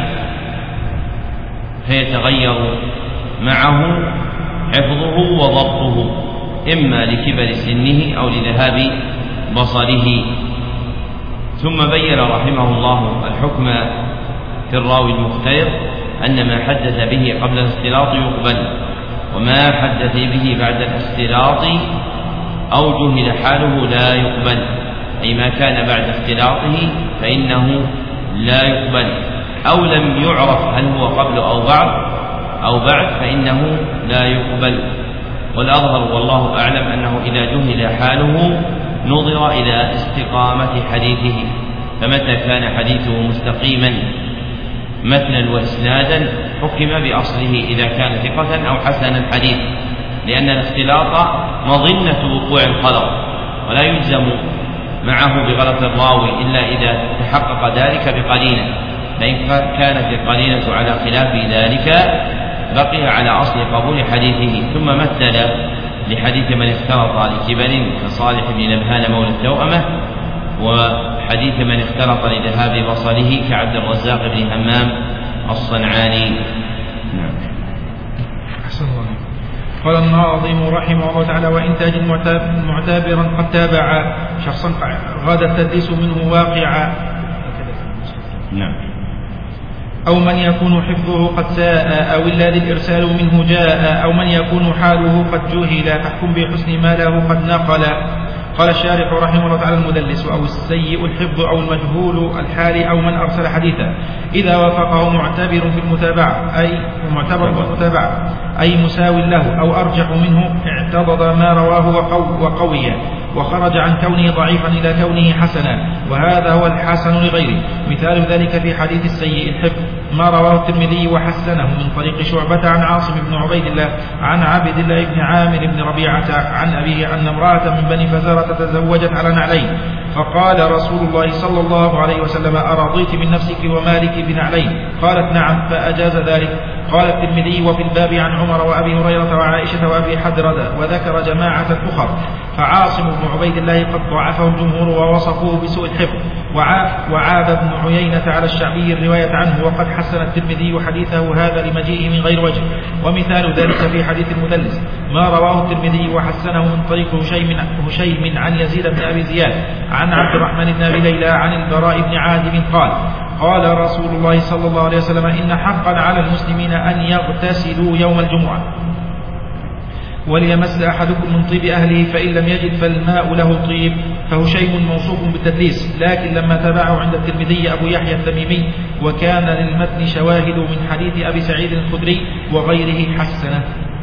فيتغير معه حفظه وضبطه، إما لكبر سنه أو لذهاب بصره. ثم بين رحمه الله الحكم في الراوي المختلط أن ما حدث به قبل الاختلاط يقبل، وما حدث به بعد الاختلاط أو جهل حاله لا يقبل، أي ما كان بعد اختلاطه فإنه لا يقبل، أو لم يعرف هل هو قبل أو بعد فإنه لا يقبل. والأظهر والله أعلم أنه إذا جهل حاله نظر إلى استقامة حديثه، فمتى كان حديثه مستقيما متنا وإسنادا حكم بأصله إذا كان ثقة أو حسن الحديث، لأن الاختلاط مظنة وقوع الخلط، ولا يلزم معه بغلط الراوي إلا إذا تحقق ذلك بقرينة، فإن كانت القرينة على خلاف ذلك بقي على أصل قبول حديثه. ثم مثل لحديث من اختلط لكبر كصالح بن نبهان مولى التوأمة وحديث من اختلط لذهاب بصره كعبد الرزاق بن همام الصنعاني. نعم. أحسن الله. قال الناظم رحمه الله تعالى: وإن تجد معتبرا قد تابع شخصا غاد التدليس منه واقعا. نعم. أو من يكون حفظه قد ساء، أو الذي الإرسال منه جاء، أو من يكون حاله قد جهل، فاحكم بحسن ما له قد نقل. قال الشارح رحمه الله تعالى: المدلس أو السيء الحفظ أو المجهول الحال أو من أرسل حديثا إذا وافقه معتبر في المتابعة أي مساو له أو أرجح منه اعتضد ما رواه وقوي وخرج عن كونه ضعيفا إلى كونه حسنا، وهذا هو الحسن لغيره. مثال ذلك في حديث السيء الحفظ ما رواه الترمذي وحسنه من طريق شعبة عن عاصم بن عبيد الله عن عبد الله بن عامر بن ربيعة عن أبيه أن امرأة من بني فزارة تزوجت على نعلين، فقال رسول الله صلى الله عليه وسلم: أرضيت من نفسك ومالك بنعلين؟ قالت: نعم، فأجاز ذلك. قال الترمذي: وفي الباب عن عمر وأبي هريرة وعائشة وأبي حدردة، وذكر جماعة أخر. فعاصم بن عبيد الله قد ضعفه الجمهور ووصفوه بسوء الحفظ. وعاب ابن عيينة على الشعبي الرواية عنه، وقد حسن الترمذي حديثه هذا لمجيئه من غير وجه. ومثال ذلك في حديث المدلس ما رواه الترمذي وحسنه من طريق هشيم عن يزيد بن أبي زياد عن عبد الرحمن بن أبي ليلى عن البراء بن عازب قال: قال رسول الله صلى الله عليه وسلم: إن حقا على المسلمين أن يغتسلوا يوم الجمعة وليمس أحدكم من طيب أهله، فإن لم يجد فالماء له طيب. فهشيم موصوف بالتدليس، لكن لما تبعه عند الترمذي أبو يحيى التميمي وكان للمتن شواهد من حديث أبي سعيد الخدري وغيره حسنه.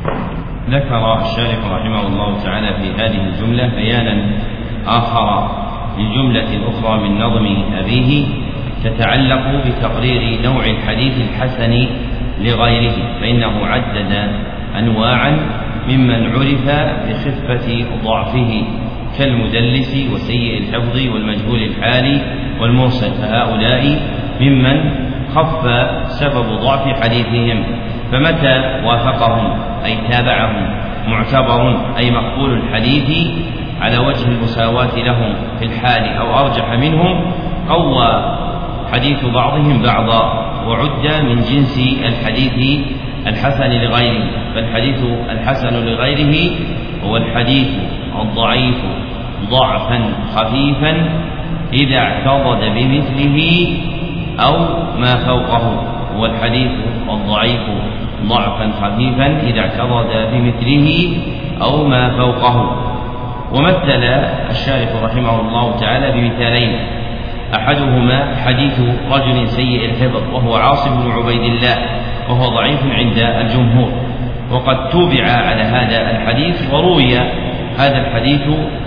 ذكر الشارح رحمه الله تعالى في هذه الجملة بيانا آخر لجملة أخرى من نظم أبيه تتعلق بتقرير نوع الحديث الحسن لغيره، فإنه عدد أنواعا ممن عرف بخفة ضعفه كالمدلس وسيء الحفظ والمجهول الحال والمرسل، فهؤلاء ممن خف سبب ضعف حديثهم، فمتى وافقهم أي تابعهم معتبر أي مقبول الحديث على وجه المساواة لهم في الحال أو أرجح منهم قوى حديث بعضهم بعضا، وعد من جنس الحديث الحسن لغيره. فالحديث الحسن لغيره هو الحديث الضعيف ضعفا خفيفا إذا اعتضد بمثله أو ما فوقه، هو الحديث الضعيف ضعفا خفيفا إذا اعتضد بمثله أو ما فوقه. ومثل الشارح رحمه الله تعالى بمثالين، أحدهما حديث رجل سيء الحفظ وهو عاصم بن عبيد الله، وهو ضعيف عند الجمهور، وقد توبع على هذا الحديث وروي هذا الحديث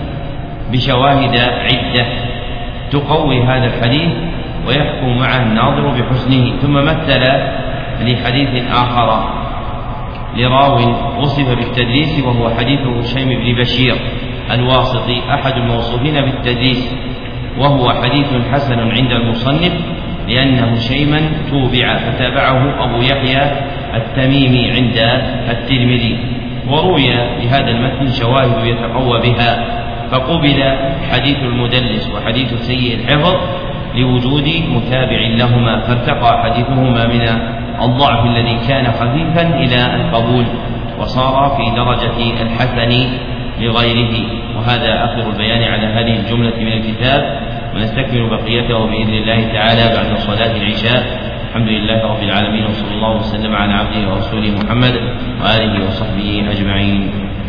بشواهد عدة تقوي هذا الحديث ويحكم معه الناظر بحسنه. ثم مثل لحديث آخر لراو وصف بالتدليس وهو حديث هشيم بن بشير الواسطي أحد الموصوفين بالتدليس، وهو حديث حسن عند المصنف لأن هشيما توبع فتابعه أبو يحيى التميمي عند الترمذي، وروي لهذا المتن شواهد يتقوى بها، فقبل حديث المدلس وحديث سيء الحفظ لوجود متابع لهما، فارتقى حديثهما من الضعف الذي كان خفيفا إلى القبول وصار في درجة الحسن لغيره. وهذا آخر البيان على هذه الجملة من الكتاب، ونستكمل بقيته بإذن الله تعالى بعد صلاة العشاء. الحمد لله رب العالمين، وصلى الله وسلم على عبده ورسوله محمد وآله وصحبه أجمعين.